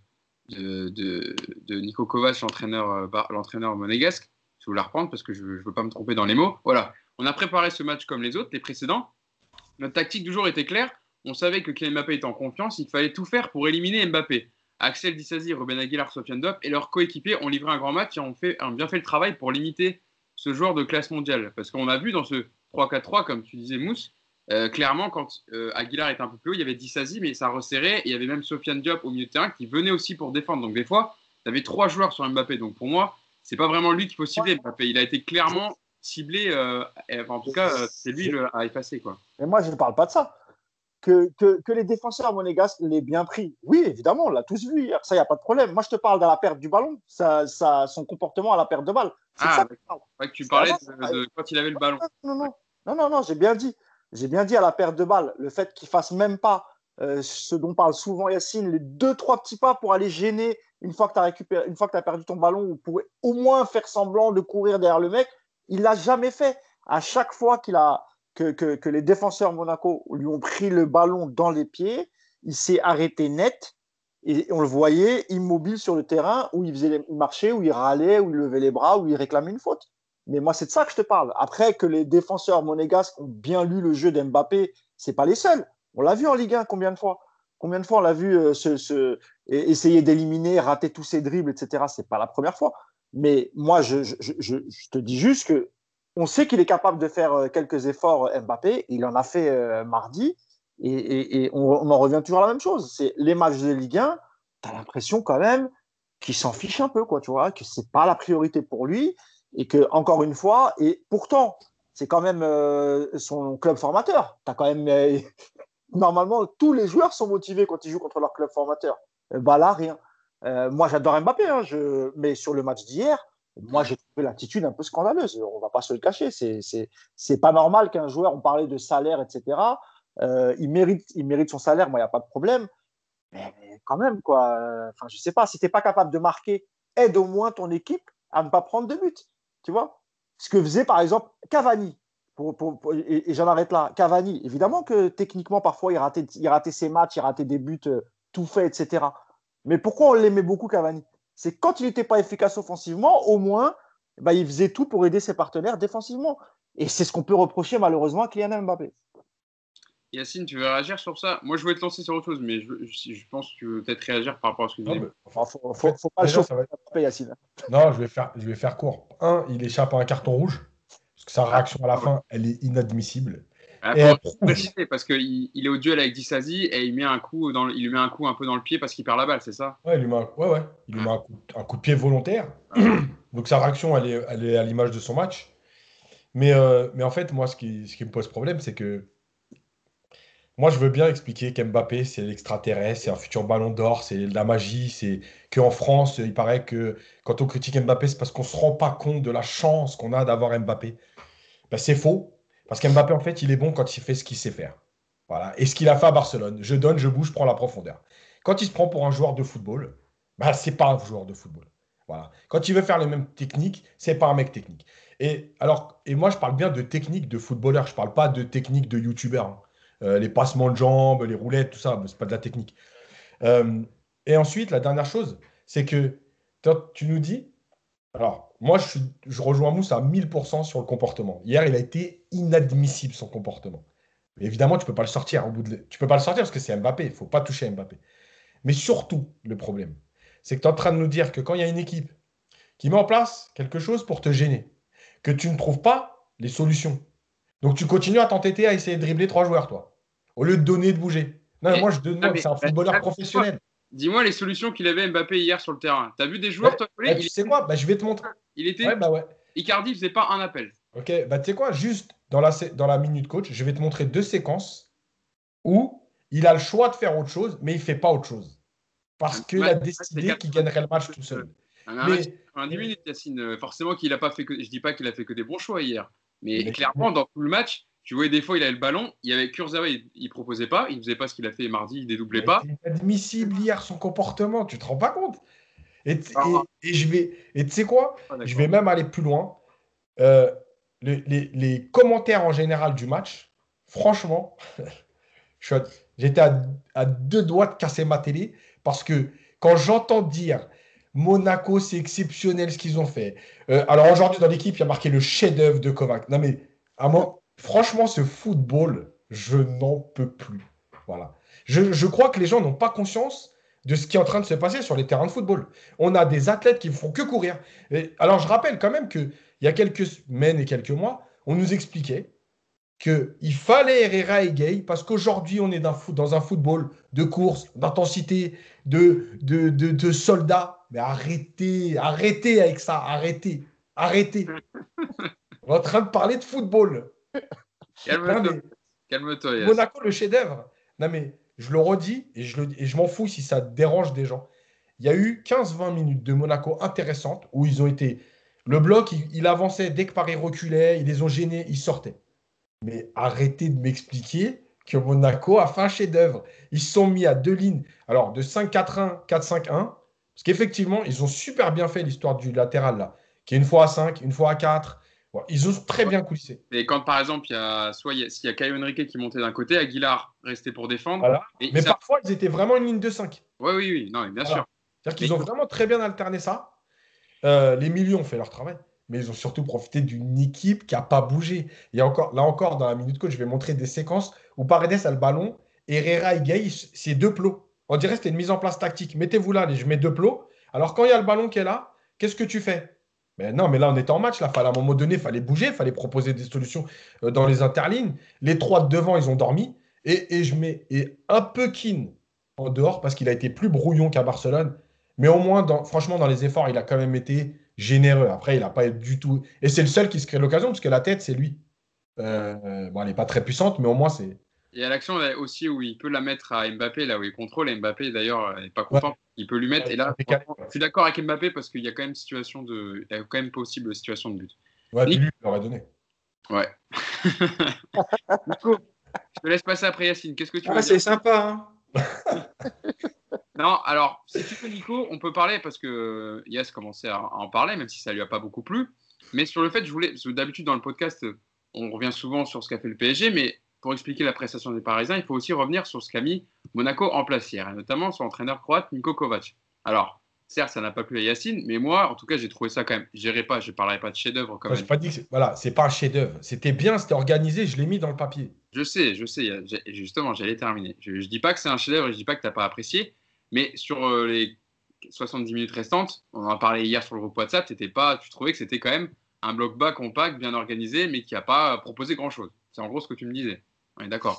Niko Kovac, l'entraîneur monégasque. Je vais vous la reprendre parce que je ne veux pas me tromper dans les mots. Voilà. On a préparé ce match comme les autres, les précédents. Notre tactique du jour était claire. On savait que Kylian Mbappé était en confiance. Il fallait tout faire pour éliminer Mbappé. Axel Disasi, Ruben Aguilar, Sofiane Diop et leurs coéquipiers ont livré un grand match et ont bien fait le travail pour limiter ce joueur de classe mondiale. Parce qu'on a vu dans ce 3-4-3, comme tu disais, Mousse, clairement, quand Aguilar était un peu plus haut, il y avait Disasi, mais ça resserrait. Et il y avait même Sofiane Diop au milieu de terrain qui venait aussi pour défendre. Donc des fois, tu avais 3 joueurs sur Mbappé. Donc pour moi, c'est pas vraiment lui qu'il faut cibler, Mbappé. Il a été clairement ciblé. En tout cas, c'est lui à effacer, quoi. Mais moi, je ne parle pas de ça. Que les défenseurs monégasques l'aient bien pris. Oui, évidemment, on l'a tous vu hier. Ça, il n'y a pas de problème. Moi, je te parle de la perte du ballon, son comportement à la perte de balle. C'est ça que tu parlais de quand il avait le ballon. Non. Non, j'ai bien dit. J'ai bien dit à la perte de balle. Le fait qu'il fasse même pas ce dont parle souvent Yacine, les 2-3 petits pas pour aller gêner une fois que tu as récupéré, une fois que tu as perdu ton ballon, ou pour au moins faire semblant de courir derrière le mec, il l'a jamais fait. À chaque fois que les défenseurs Monaco lui ont pris le ballon dans les pieds, il s'est arrêté net et on le voyait immobile sur le terrain où il marchait, où il râlait, où il levait les bras, où il réclamait une faute. Mais moi, c'est de ça que je te parle. Après, que les défenseurs monégasques ont bien lu le jeu d'Mbappé, c'est pas les seuls. On l'a vu en Ligue 1 combien de fois? Combien de fois on l'a vu essayer d'éliminer, rater tous ses dribbles, etc. C'est pas la première fois. Mais moi, je te dis juste que on sait qu'il est capable de faire quelques efforts Mbappé. Il en a fait mardi. Et on en revient toujours à la même chose. C'est les matchs de Ligue 1, tu as l'impression quand même qu'il s'en fiche un peu, quoi, tu vois, que c'est pas la priorité pour lui. Et que, encore une fois, et pourtant, c'est quand même son club formateur. Tu as quand même. Normalement, tous les joueurs sont motivés quand ils jouent contre leur club formateur. Bah là, rien. Moi, j'adore Mbappé, hein, mais sur le match d'hier, moi, j'ai trouvé l'attitude un peu scandaleuse. On ne va pas se le cacher. C'est pas normal qu'un joueur, on parlait de salaire, etc. Il mérite son salaire, moi, il n'y a pas de problème. Mais quand même, quoi. Enfin, je sais pas, si tu n'es pas capable de marquer, aide au moins ton équipe à ne pas prendre de but. Tu vois? Ce que faisait, par exemple, Cavani. Et j'en arrête là. Cavani, évidemment que techniquement, parfois, il ratait ses matchs, il ratait des buts tout faits, etc. Mais pourquoi on l'aimait beaucoup, Cavani? C'est quand il n'était pas efficace offensivement, au moins, bah, il faisait tout pour aider ses partenaires défensivement. Et c'est ce qu'on peut reprocher malheureusement à Kylian Mbappé. Yacine, tu veux réagir sur ça? Moi, je voulais te lancer sur autre chose, mais je pense que tu veux peut-être réagir par rapport à ce que tu dis. Faut pas le chauffer, Yacine. Non, je vais faire court. Il échappe à un carton rouge, parce que sa réaction à la fin, elle est inadmissible. Il faut préciser, parce qu'il est au duel avec Disasi et il lui met un coup un peu dans le pied parce qu'il perd la balle, c'est ça? Ouais, il lui met un coup de pied volontaire. Donc sa réaction, elle est à l'image de son match. Mais en fait, moi, ce qui me pose problème, c'est que moi, je veux bien expliquer qu'Mbappé, c'est l'extraterrestre, c'est un futur ballon d'or, c'est de la magie, c'est qu'en France, il paraît que quand on critique Mbappé, c'est parce qu'on ne se rend pas compte de la chance qu'on a d'avoir Mbappé. Ben, c'est faux, parce qu'Mbappé, en fait, il est bon quand il fait ce qu'il sait faire. Voilà. Et ce qu'il a fait à Barcelone, je donne, je bouge, je prends la profondeur. Quand il se prend pour un joueur de football, ben, c'est pas un joueur de football. Voilà. Quand il veut faire les mêmes techniques, c'est pas un mec technique. Et moi, je parle bien de technique de footballeur, je parle pas de technique de youtubeur, hein. Les passements de jambes, les roulettes, tout ça, c'est pas de la technique. Euh, et ensuite, la dernière chose, c'est que tu nous dis, alors moi je rejoins Mousse à 1000% sur le comportement. Hier, il a été inadmissible son comportement. Mais évidemment, tu peux pas le sortir tu peux pas le sortir parce que c'est Mbappé, il faut pas toucher Mbappé. Mais surtout, le problème, c'est que tu es en train de nous dire que quand il y a une équipe qui met en place quelque chose pour te gêner, que tu ne trouves pas les solutions. Donc tu continues à t'entêter à essayer de dribbler 3 joueurs, toi, au lieu de donner, de bouger. Non, moi je demande, c'est un footballeur professionnel. Dis-moi les solutions qu'il avait Mbappé hier sur le terrain. Tu as vu des joueurs, toi, tu sais quoi? Je vais te montrer. Il était. Ouais. Icardi faisait pas un appel. Ok, tu sais quoi? Juste dans la minute coach, je vais te montrer 2 séquences où il a le choix de faire autre chose, mais il ne fait pas autre chose. Parce qu'il a décidé qu'il gagnerait le match tout seul. Un match en 10 minutes, Yacine. Forcément qu'il n'a pas fait que. Je dis pas qu'il a fait que des bons choix hier. Mais clairement, dans tout le match, tu voyais des fois, il avait le ballon. Il y avait Kurzawa, il proposait pas. Il faisait pas ce qu'il a fait mardi, il dédoublait pas. C'est inadmissible hier, son comportement. Tu te rends pas compte? Et tu sais quoi? Je vais même aller plus loin. Les commentaires en général du match, franchement, j'étais à 2 doigts de casser ma télé parce que quand j'entends dire Monaco, c'est exceptionnel ce qu'ils ont fait. Alors aujourd'hui, dans l'équipe, il y a marqué le chef-d'œuvre de Kovac. Non, mais franchement, ce football, je n'en peux plus. Voilà. Je crois que les gens n'ont pas conscience de ce qui est en train de se passer sur les terrains de football. On a des athlètes qui ne font que courir. Alors, je rappelle quand même qu'il y a quelques semaines et quelques mois, on nous expliquait qu'il fallait Herrera et Gay parce qu'aujourd'hui, on est dans un football de course, d'intensité, de soldats. Mais arrêtez avec ça, arrêtez. On est en train de parler de football. Calme-toi. Monaco, le chef-d'œuvre. Non, mais je le redis et je m'en fous si ça dérange des gens. Il y a eu 15-20 minutes de Monaco intéressantes où ils ont été. Le bloc, il avançait dès que Paris reculait, ils les ont gênés, ils sortaient. Mais arrêtez de m'expliquer que Monaco a fait un chef-d'œuvre. Ils se sont mis à 2 lignes, alors de 5-4-1, 4-5-1, parce qu'effectivement, ils ont super bien fait l'histoire du latéral, là, qui est une fois à 5, une fois à 4. Bon, ils ont très Ouais. bien coulissé. Et quand par exemple, s'il y a Caio Henrique qui montait d'un côté, Aguilar restait pour défendre. Voilà. Et Mais parfois, ils étaient vraiment une ligne de 5. Ouais, oui, oui, non, mais bien Voilà. sûr. C'est-à-dire Mais qu'ils ont vraiment très bien alterné ça. Les milieux ont fait leur travail, mais ils ont surtout profité d'une équipe qui n'a pas bougé. Il y a encore, là encore, dans la minute coach, je vais montrer des séquences où Paredes a le ballon, Herrera et Gay, c'est deux plots. On dirait que c'était une mise en place tactique. Mettez-vous là, je mets deux plots. Alors quand il y a le ballon qui est là, qu'est-ce que tu fais? Mais non, mais là, on était en match. Là, à un moment donné, il fallait bouger, il fallait proposer des solutions dans les interlignes. Les trois de devant, ils ont dormi. Et je mets un peu Keane en dehors parce qu'il a été plus brouillon qu'à Barcelone. Mais au moins, franchement, dans les efforts, il a quand même été généreux. Après, il n'a pas du tout. Et c'est le seul qui se crée l'occasion, parce que la tête, c'est lui. Bon, elle n'est pas très puissante, mais au moins, c'est. il y a l'action là, aussi où il peut la mettre à Mbappé, là où il contrôle. Et Mbappé, d'ailleurs, n'est pas Ouais, content. Il peut lui mettre. ouais, Et là, décalé, franchement, ouais. je suis d'accord avec Mbappé parce qu'il y a quand même il y a quand même possible situation de but. Ouais, puis Nick, lui, il l'aurait donné. ouais. Nico, je te laisse passer après Yacine. Qu'est-ce que tu veux Ah, dire? c'est sympa. Non, alors, si tu veux, Nico, on peut parler parce que Yass commençait à en parler, même si ça lui a pas beaucoup plu. Mais sur le fait, parce que d'habitude dans le podcast, on revient souvent sur ce qu'a fait le PSG, mais pour expliquer la prestation des Parisiens, il faut aussi revenir sur ce qu'a mis Monaco en place hier, et notamment son entraîneur croate, Niko Kovac. Alors, certes, ça n'a pas plu à Yacine, mais moi, en tout cas, j'ai trouvé ça quand même. Je ne parlerai pas de chef-d'œuvre comme Moi, je n'ai pas dit que voilà, c'est pas un chef-d'œuvre. C'était bien, c'était organisé, je l'ai mis dans le papier. Je sais, justement, j'allais terminer. Je ne dis pas que c'est un chef-d'œuvre, je ne dis pas que tu n'as pas apprécié, mais sur les 70 minutes restantes, on en a parlé hier sur le groupe WhatsApp, tu trouvais que c'était quand même un bloc bas compact, bien organisé, mais qui n'a pas proposé grand-chose. C'est en gros ce que tu me disais. On est d'accord.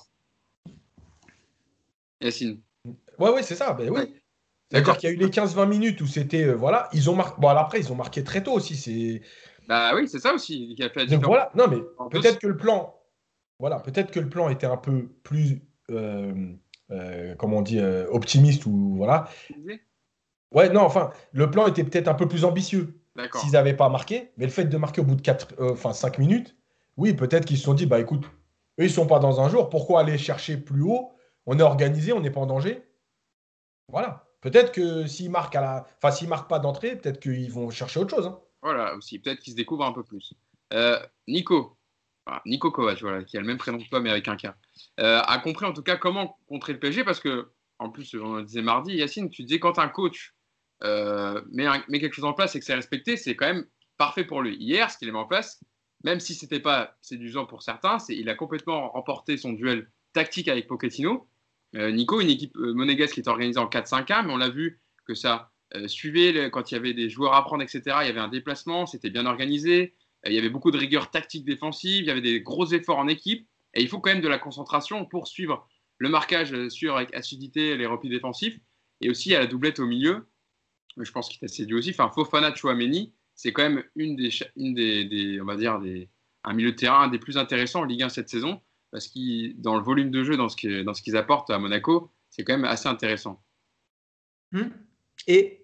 Yacine. Ouais, c'est ça. Ben oui. Ouais. C'est-à-dire qu'il y a eu les 15-20 minutes où c'était. Voilà, ils ont marqué. Bon, alors après, ils ont marqué très tôt aussi. Bah oui, c'est ça aussi qui a fait la Donc différence. voilà, non, mais En peut-être plus, que le plan. Voilà, peut-être que le plan était un peu plus. Comment on dit, optimiste ou voilà. tu disais Ouais, non, enfin, le plan était peut-être un peu plus ambitieux D'accord. s'ils n'avaient pas marqué, mais le fait de marquer au bout de 5 minutes, oui, peut-être qu'ils se sont dit, bah écoute, eux, ils ne sont pas dans un jour, pourquoi aller chercher plus haut? On est organisé, on n'est pas en danger. Voilà. Peut-être que s'ils marquent enfin, s'ils marquent pas d'entrée, peut-être qu'ils vont chercher autre chose, hein. Voilà, aussi, peut-être qu'il se découvre un peu plus. Nico, Nico Kovac, voilà, qui a le même prénom que toi, mais avec un K, a compris en tout cas comment contrer le PSG, parce que, en plus, on le disait mardi, Yacine, tu disais quand un coach met quelque chose en place et que c'est respecté, c'est quand même parfait pour lui. Hier, ce qu'il a mis en place, même si c'était pas séduisant pour certains, il a complètement remporté son duel tactique avec Pochettino. Nico, une équipe monégasque qui est organisée en 4-5-1, mais on l'a vu que ça suivait quand il y avait des joueurs à prendre, etc. Il y avait un déplacement, c'était bien organisé, il y avait beaucoup de rigueur tactique défensive, il y avait des gros efforts en équipe, et il faut quand même de la concentration pour suivre le marquage, suivre avec acidité les replis défensifs, et aussi à la doublette au milieu, je pense qu'il t'a séduit aussi, enfin Fofana Chouameni, c'est quand même on va dire, un milieu de terrain un des plus intéressants en Ligue 1 cette saison, parce que dans le volume de jeu, dans ce qu'ils apportent à Monaco, c'est quand même assez intéressant. Et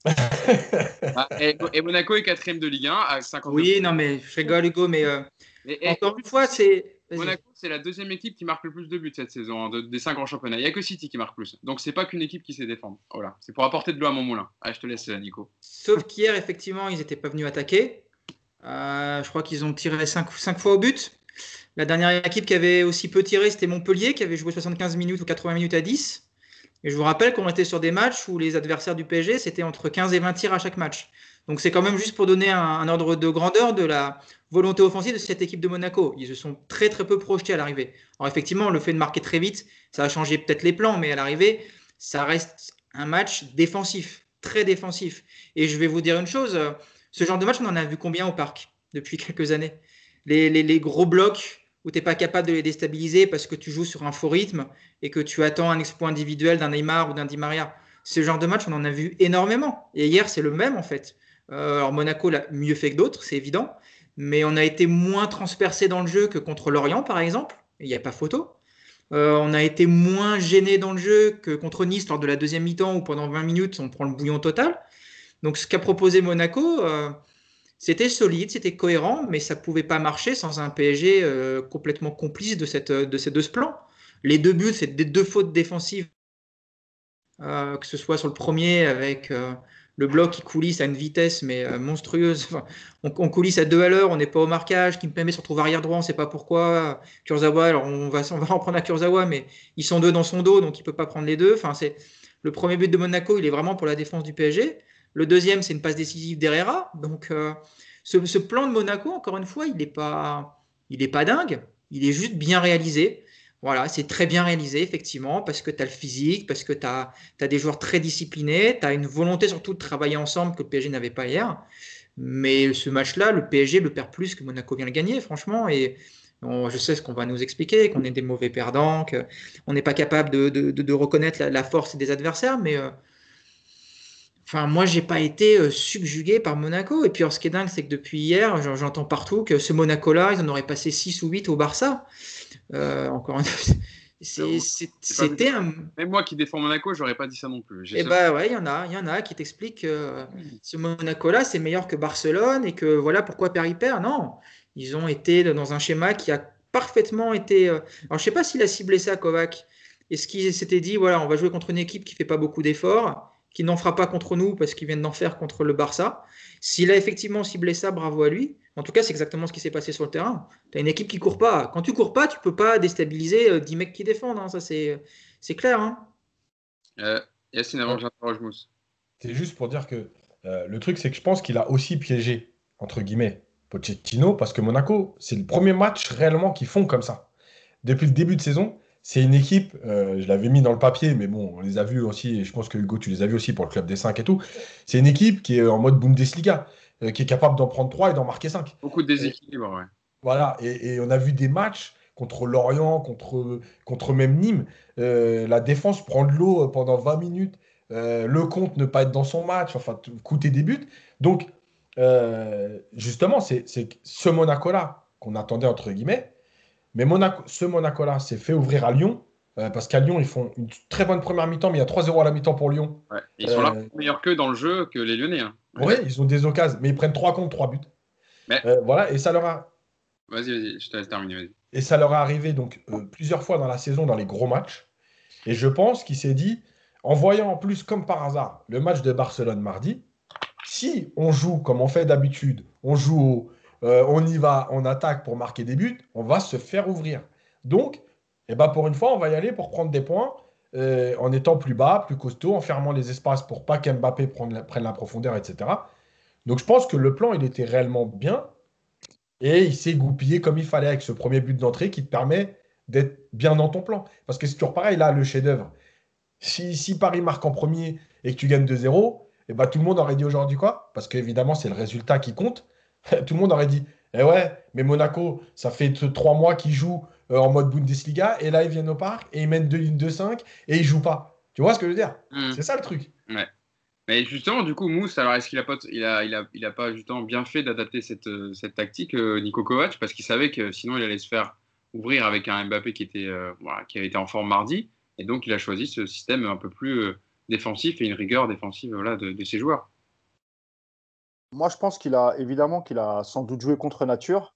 Et Monaco est 4e de Ligue 1 à 50. oui, non, mais je rigole, Hugo, mais encore une fois, Monaco, c'est la deuxième équipe qui marque le plus de buts cette saison, des 5 grands championnats. Il n'y a que City qui marque plus. Donc, c'est pas qu'une équipe qui sait défendre. Voilà. C'est pour apporter de l'eau à mon moulin. Allez, je te laisse, Nico. Sauf qu'hier, effectivement, ils n'étaient pas venus attaquer. Je crois qu'ils ont tiré 5 fois au but. La dernière équipe qui avait aussi peu tiré, c'était Montpellier, qui avait joué 75 minutes ou 80 minutes à 10. Et je vous rappelle qu'on était sur des matchs où les adversaires du PSG, c'était entre 15 et 20 tirs à chaque match. Donc c'est quand même juste pour donner un ordre de grandeur de la volonté offensive de cette équipe de Monaco. Ils se sont très très peu projetés à l'arrivée. Alors effectivement, le fait de marquer très vite, ça a changé peut-être les plans, mais à l'arrivée, ça reste un match défensif, très défensif. Et je vais vous dire une chose, ce genre de match, on en a vu combien au parc depuis quelques années? Les gros blocs où tu n'es pas capable de les déstabiliser parce que tu joues sur un faux rythme et que tu attends un exploit individuel d'un Neymar ou d'un Di Maria. Ce genre de match, on en a vu énormément. Et hier, c'est le même en fait. Alors Monaco l'a mieux fait que d'autres, c'est évident. Mais on a été moins transpercé dans le jeu que contre Lorient, par exemple. Il n'y a pas photo. On a été moins gêné dans le jeu que contre Nice lors de la deuxième mi-temps où pendant 20 minutes, on prend le bouillon total. Donc ce qu'a proposé Monaco, C'était solide, c'était cohérent, mais ça ne pouvait pas marcher sans un PSG complètement complice de ce plan. Les 2 buts, c'est des 2 fautes défensives, que ce soit sur le premier avec le bloc qui coulisse à une vitesse mais monstrueuse. Enfin, on coulisse à 2 à l'heure, on n'est pas au marquage. Kimpembe se retrouve arrière droit, on ne sait pas pourquoi. Kurzawa, alors on va en prendre à Kurzawa, mais ils sont 2 dans son dos, donc il ne peut pas prendre les 2. Enfin, le premier but de Monaco, il est vraiment pour la défense du PSG. Le deuxième, c'est une passe décisive d'Herrera. Donc, ce plan de Monaco, encore une fois, il n'est pas dingue. Il est juste bien réalisé. Voilà, c'est très bien réalisé, effectivement, parce que tu as le physique, parce que tu as des joueurs très disciplinés, tu as une volonté surtout de travailler ensemble que le PSG n'avait pas hier. Mais ce match-là, le PSG le perd plus que Monaco vient le gagner, franchement. Et je sais ce qu'on va nous expliquer, qu'on est des mauvais perdants, qu'on n'est pas capable de reconnaître la force des adversaires, mais enfin, moi, j'ai pas été subjugué par Monaco. Et puis, alors, ce qui est dingue, c'est que depuis hier, j'entends partout que ce Monaco-là, ils en auraient passé 6 ou 8 au Barça. Encore une fois, c'était un. Même moi qui défends Monaco, j'aurais pas dit ça non plus. Eh ben ouais, il y en a qui t'expliquent que ce Monaco-là, c'est meilleur que Barcelone et que voilà pourquoi Paris perd. Non, ils ont été dans un schéma qui a parfaitement été. Alors, je sais pas s'il a ciblé ça, Kovac. Est-ce qu'il s'était dit, voilà, on va jouer contre une équipe qui fait pas beaucoup d'efforts, qui n'en fera pas contre nous parce qu'ils viennent d'en faire contre le Barça. S'il a effectivement ciblé ça, bravo à lui. En tout cas, c'est exactement ce qui s'est passé sur le terrain. Tu as une équipe qui court pas. Quand tu cours pas, tu peux pas déstabiliser 10 mecs qui défendent. Hein. Ça, c'est clair. Hein. Yacine, avant que j'interroge Mousse. C'est juste pour dire que le truc, c'est que je pense qu'il a aussi piégé, entre guillemets, Pochettino, parce que Monaco, c'est le premier match réellement qu'ils font comme ça. Depuis le début de saison, c'est une équipe, je l'avais mis dans le papier, mais bon, on les a vus aussi, et je pense que Hugo, tu les as vus aussi pour le Club des 5 et tout. C'est une équipe qui est en mode Bundesliga, qui est capable d'en prendre 3 et d'en marquer 5. Beaucoup de déséquilibre, ouais. Voilà, et on a vu des matchs contre Lorient, contre même Nîmes. La défense prend de l'eau pendant 20 minutes. Lecomte ne pas être dans son match, enfin, coûter des buts. Donc, justement, c'est ce Monaco-là qu'on attendait, entre guillemets. Mais ce Monaco-là s'est fait ouvrir à Lyon, parce qu'à Lyon, ils font une très bonne première mi-temps, mais il y a 3-0 à la mi-temps pour Lyon. Ouais. Ils sont là meilleurs qu'eux dans le jeu que les Lyonnais. Hein. Oui, ils ont des occasions, mais ils prennent 3 contre 3 buts. Mais... voilà, et ça leur a... Vas-y, je te laisse terminer. Vas-y. Et ça leur est arrivé donc plusieurs fois dans la saison, dans les gros matchs. Et je pense qu'il s'est dit, en voyant en plus, comme par hasard, le match de Barcelone mardi, si on joue comme on fait d'habitude, on y va, on attaque pour marquer des buts, on va se faire ouvrir. Donc, pour une fois, on va y aller pour prendre des points en étant plus bas, plus costaud, en fermant les espaces pour pas qu'Mbappé prenne la profondeur, etc. Donc, je pense que le plan, il était réellement bien. Et il s'est goupillé comme il fallait avec ce premier but d'entrée qui te permet d'être bien dans ton plan. Parce que c'est toujours pareil, là, le chef-d'œuvre. Si Paris marque en premier et que tu gagnes 2-0, tout le monde aurait dit aujourd'hui quoi? Parce qu'évidemment, c'est le résultat qui compte. Tout le monde aurait dit, ouais, mais Monaco, ça fait 3 mois qu'ils jouent en mode Bundesliga, et là, ils viennent au parc, et ils mènent 2-5, et ils jouent pas. Tu vois ce que je veux dire? C'est ça le truc. Ouais. Mais justement, du coup, Mousse, alors est-ce qu'il a pas, il a pas justement bien fait d'adapter cette tactique, Niko Kovac, parce qu'il savait que sinon il allait se faire ouvrir avec un Mbappé qui avait été en forme mardi, et donc il a choisi ce système un peu plus défensif et une rigueur défensive de ses joueurs. Moi, je pense qu'il a sans doute joué contre nature.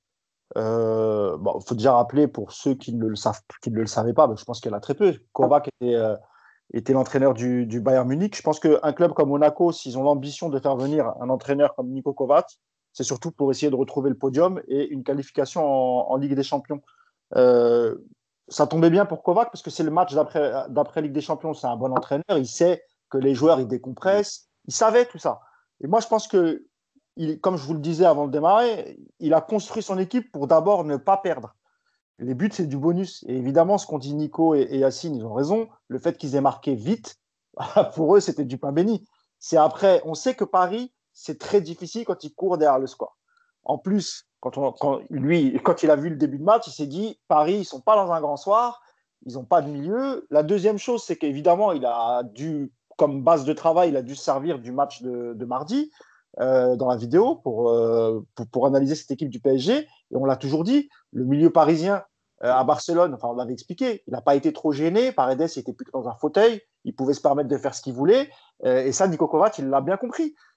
Faut déjà rappeler pour ceux qui ne le savaient pas, je pense qu'il y en a très peu. Kovac était l'entraîneur du Bayern Munich. Je pense qu'un club comme Monaco, s'ils ont l'ambition de faire venir un entraîneur comme Niko Kovac, c'est surtout pour essayer de retrouver le podium et une qualification en Ligue des Champions. Ça tombait bien pour Kovac parce que c'est le match d'après Ligue des Champions. C'est un bon entraîneur. Il sait que les joueurs, ils décompressent. Il savait tout ça. Et moi, je pense que, comme je vous le disais avant de démarrer, il a construit son équipe pour d'abord ne pas perdre. Les buts, c'est du bonus. Et évidemment, ce qu'ont dit Nico et Yacine, ils ont raison. Le fait qu'ils aient marqué vite, pour eux, c'était du pain béni. C'est après, on sait que Paris, c'est très difficile quand il court derrière le score. En plus, quand il a vu le début de match, il s'est dit, Paris, ils ne sont pas dans un grand soir, ils n'ont pas de milieu. La deuxième chose, c'est qu'évidemment, il a dû, comme base de travail, il a dû se servir du match de mardi dans la vidéo pour analyser cette équipe du PSG. Et on l'a toujours dit, le milieu parisien à Barcelone, on l'avait expliqué, il n'a pas été trop gêné. Paredes, il était plutôt dans un fauteuil, il pouvait se permettre de faire ce qu'il voulait. Et ça, Niko Kovac, il l'a bien compris.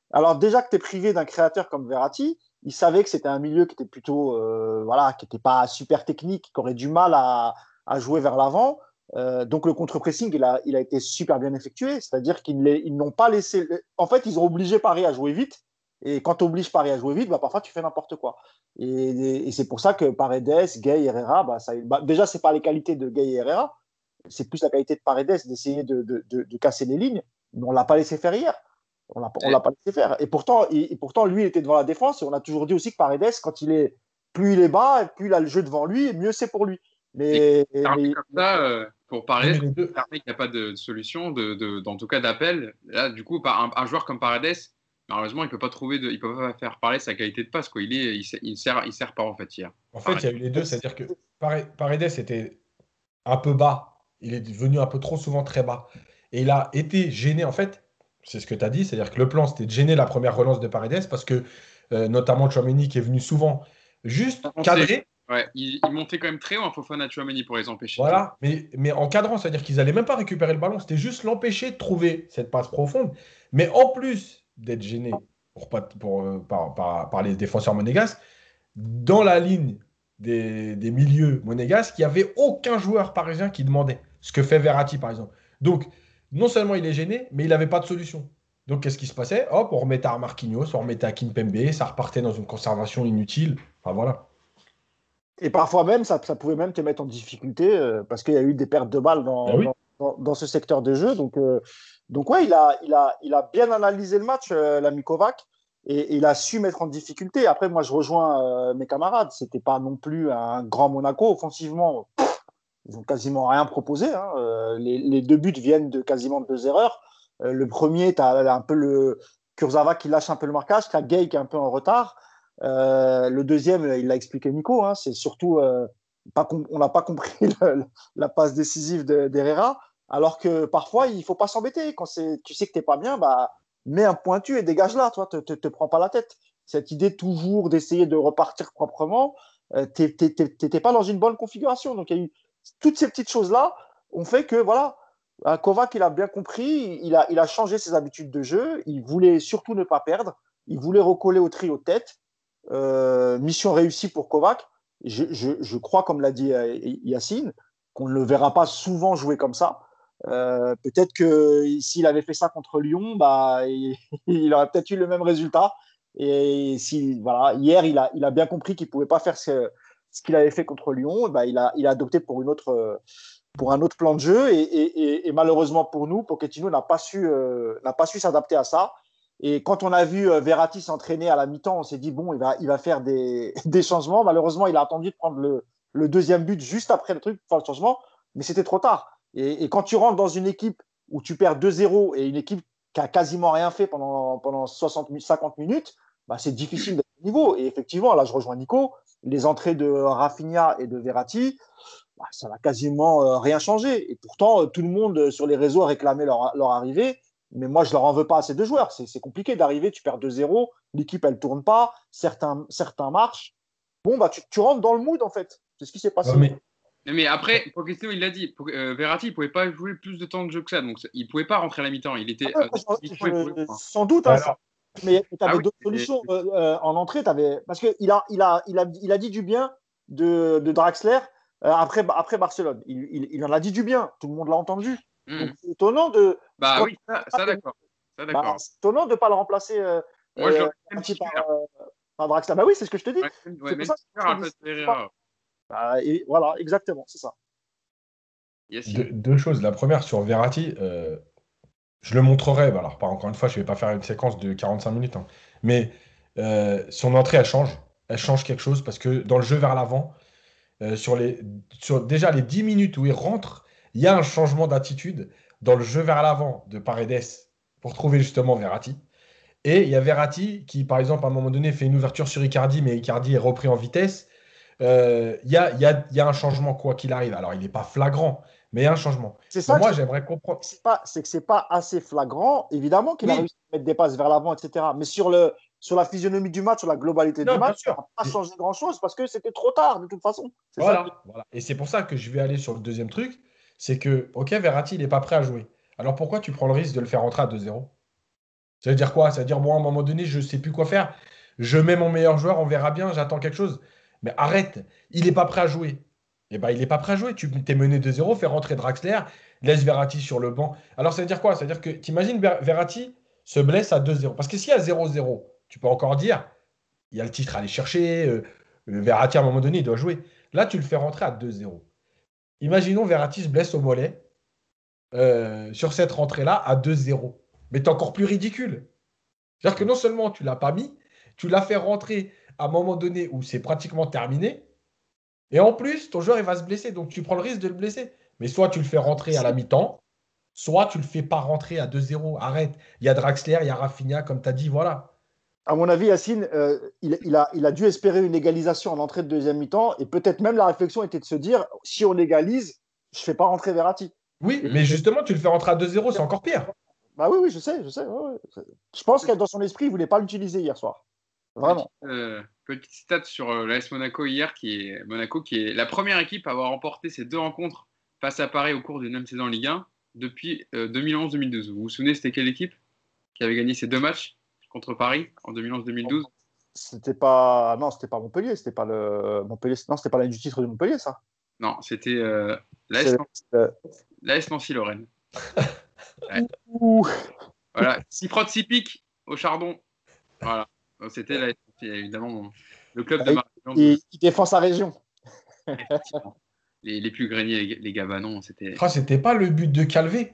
Alors déjà que tu es privé d'un créateur comme Verratti, il savait que c'était un milieu qui était plutôt, voilà, qui n'était pas super technique, qui aurait du mal à jouer vers l'avant. Donc le contre-pressing, il a été super bien effectué. C'est-à-dire ils n'ont pas laissé. En fait, ils ont obligé Paris à jouer vite. Et quand tu obliges Paris à jouer vite, bah, parfois tu fais n'importe quoi. Et c'est pour ça que Paredes, Gay, Herrera, déjà, ce n'est pas les qualités de Gay et Herrera, c'est plus la qualité de Paredes d'essayer de casser les lignes. Mais on ne l'a pas laissé faire hier. On l'a pas laissé faire. Et pourtant, lui, il était devant la défense. Et on a toujours dit aussi que Paredes, plus il est bas, plus il a le jeu devant lui, mieux c'est pour lui. Et Mais comme ça, pour Oui, Paredes, mais les deux. il n'y a pas de solution, en tout cas d'appel. Là, du coup, un joueur comme Paredes, malheureusement, il peut pas faire parler sa qualité de passe, quoi. Il sert pas en fait hier. En fait, il y a eu les deux. C'est-à-dire que Paredes était un peu bas. Il est venu un peu trop souvent très bas. Et il a été gêné, en fait. C'est ce que tu as dit. C'est-à-dire que le plan, c'était de gêner la première relance de Paredes parce que, notamment Tchouaméni, qui est venu souvent juste cadrer. Ouais, il montait quand même très haut en Fofana Tchouaméni pour les empêcher. Voilà, mais en cadrant, c'est-à-dire qu'ils n'allaient même pas récupérer le ballon, c'était juste l'empêcher de trouver cette passe profonde. Mais en plus d'être gêné par les défenseurs monégasques, dans la ligne des milieux monégasques, il n'y avait aucun joueur parisien qui demandait. Ce que fait Verratti, par exemple. Donc, non seulement il est gêné, mais il n'avait pas de solution. Donc, qu'est-ce qui se passait? Hop, on remettait à Marquinhos, on remettait à Kimpembe, ça repartait dans une conservation inutile. Enfin, voilà. Et parfois même, ça pouvait même te mettre en difficulté parce qu'il y a eu des pertes de balles Ben oui. dans ce secteur de jeu. Donc ouais, il a bien analysé le match, l'ami Kovac, et il a su mettre en difficulté. Après, moi, je rejoins mes camarades. C'était pas non plus un grand Monaco. Offensivement, ils ont quasiment rien proposé. Hein. Les deux buts viennent de quasiment deux erreurs. Le premier, tu as un peu le Kurzawa qui lâche un peu le marquage, tu as Gay qui est un peu en retard. Le deuxième, il l'a expliqué Nico, hein, c'est surtout, on n'a pas compris la passe décisive d'Herrera, alors que parfois, il ne faut pas s'embêter. Quand tu sais que tu n'es pas bien, bah, mets un pointu et dégage là, toi, te prends pas la tête. Cette idée toujours d'essayer de repartir proprement, tu n'étais pas dans une bonne configuration. Donc, il y a eu toutes ces petites choses-là ont fait que, voilà, Kovac, il a bien compris, il a changé ses habitudes de jeu, il voulait surtout ne pas perdre, il voulait recoller au trio de tête. Mission réussie pour Kovac. Je crois, comme l'a dit Yacine, qu'on ne le verra pas souvent jouer comme ça. Peut-être que s'il avait fait ça contre Lyon, bah, il aurait peut-être eu le même résultat. Et voilà, hier, il a bien compris qu'il ne pouvait pas faire ce qu'il avait fait contre Lyon. Bah, il a adopté pour un autre plan de jeu. Et malheureusement pour nous, Pochettino n'a pas su s'adapter à ça. Et quand on a vu Verratti s'entraîner à la mi-temps, on s'est dit, bon, il va faire des changements. Malheureusement, il a attendu de prendre le deuxième but juste après le truc pour faire le changement, mais c'était trop tard. Et quand tu rentres dans une équipe où tu perds 2-0 et une équipe qui a quasiment rien fait pendant 50 minutes, bah, c'est difficile d'être au niveau. Et effectivement, là, je rejoins Nico, les entrées de Rafinha et de Verratti, bah, ça n'a quasiment rien changé. Et pourtant, tout le monde sur les réseaux a réclamé leur arrivée. Mais moi, je ne leur en veux pas à ces deux joueurs. C'est compliqué d'arriver, tu perds 2-0, l'équipe, elle ne tourne pas, certains marchent. Bon, bah, tu rentres dans le mood, en fait. C'est ce qui s'est passé. Ouais, Mais après, Pochettino, il l'a dit, Verratti, il ne pouvait pas jouer plus de temps de jeu que ça. Donc, il ne pouvait pas rentrer à la mi-temps. Il était. Sans doute, hein, alors, mais tu avais oui, d'autres solutions en entrée. Parce qu'il a dit du bien de Draxler après Barcelone. Il en a dit du bien. Tout le monde l'a entendu. Donc, c'est étonnant de. Bah oui, ça d'accord. Ça, d'accord. C'est étonnant de ne pas le remplacer Moi, je l'aurais même titulaire. par Draxler. Bah oui, c'est ce que je te dis. Ouais, C'est même pour ça titulaire à la place d'Herrera. et voilà, exactement, c'est ça. deux choses. La première, sur Verratti, je le montrerai. Bah alors, pas encore une fois, je ne vais pas faire une séquence de 45 minutes. Hein. Mais son entrée, elle change. Elle change quelque chose parce que dans le jeu vers l'avant, sur déjà les 10 minutes où il rentre, il y a un changement d'attitude dans le jeu vers l'avant de Paredes pour trouver justement Verratti. Et il y a Verratti qui, par exemple, à un moment donné, fait une ouverture sur Icardi, mais Icardi est repris en vitesse. Il y a un changement quoi qu'il arrive. Alors, il n'est pas flagrant, mais il y a un changement. C'est ça. Moi, j'aimerais comprendre. C'est que c'est pas assez flagrant. Évidemment qu'il a réussi à mettre des passes vers l'avant, etc. Mais sur la physionomie du match, sur la globalité du match, ça n'a pas changé grand-chose parce que c'était trop tard de toute façon. Voilà. Et c'est pour ça que je vais aller sur le deuxième truc. C'est que, ok, Verratti, il n'est pas prêt à jouer. Alors pourquoi tu prends le risque de le faire rentrer à 2-0? Ça veut dire quoi? Ça veut dire, bon, à un moment donné, je ne sais plus quoi faire. Je mets mon meilleur joueur, on verra bien, j'attends quelque chose. Mais arrête, il n'est pas prêt à jouer. Eh ben, il n'est pas prêt à jouer. Tu t'es mené 2-0, fais rentrer Draxler, laisse Verratti sur le banc. Alors, ça veut dire quoi? Ça veut dire que, t'imagines, Verratti se blesse à 2-0. Parce que s'il y a 0-0, tu peux encore dire, il y a le titre à aller chercher. Verratti, à un moment donné, il doit jouer. Là, tu le fais rentrer à 2-0. Imaginons Verratti se blesse au mollet sur cette rentrée-là à 2-0. Mais t'es encore plus ridicule. C'est-à-dire que non seulement tu l'as pas mis, tu l'as fait rentrer à un moment donné où c'est pratiquement terminé, et en plus, ton joueur il va se blesser, donc tu prends le risque de le blesser. Mais soit tu le fais rentrer à la mi-temps, soit tu le fais pas rentrer à 2-0. Arrête. Il y a Draxler, il y a Rafinha, comme tu as dit, voilà. À mon avis, Yacine, il a dû espérer une égalisation en entrée de deuxième mi-temps et peut-être même la réflexion était de se dire si on égalise, je ne fais pas rentrer Verratti. Oui, mais justement, tu le fais rentrer à 2-0, c'est encore pire. Bah oui, je sais. Ouais. Je pense que dans son esprit, il ne voulait pas l'utiliser hier soir. Vraiment. Petite stat sur l'AS Monaco hier, Monaco qui est la première équipe à avoir remporté ces 2 rencontres face à Paris au cours d'une même saison en Ligue 1 depuis 2011-2012. Vous vous souvenez, c'était quelle équipe qui avait gagné ces 2 matchs contre Paris en 2011-2012? C'était pas Montpellier, c'était pas le Montpellier, non, c'était pas l'année du titre de Montpellier, ça. Non, c'était l'AS Nancy-Lorraine. Ouais. Voilà, 6 prods, 6 piques au chardon. Voilà, donc, c'était l'AS Nancy, évidemment le club de Marie. Il défend sa région. Les plus graignés, les Gabanons, c'était. Ah, c'était pas le but de Calvé.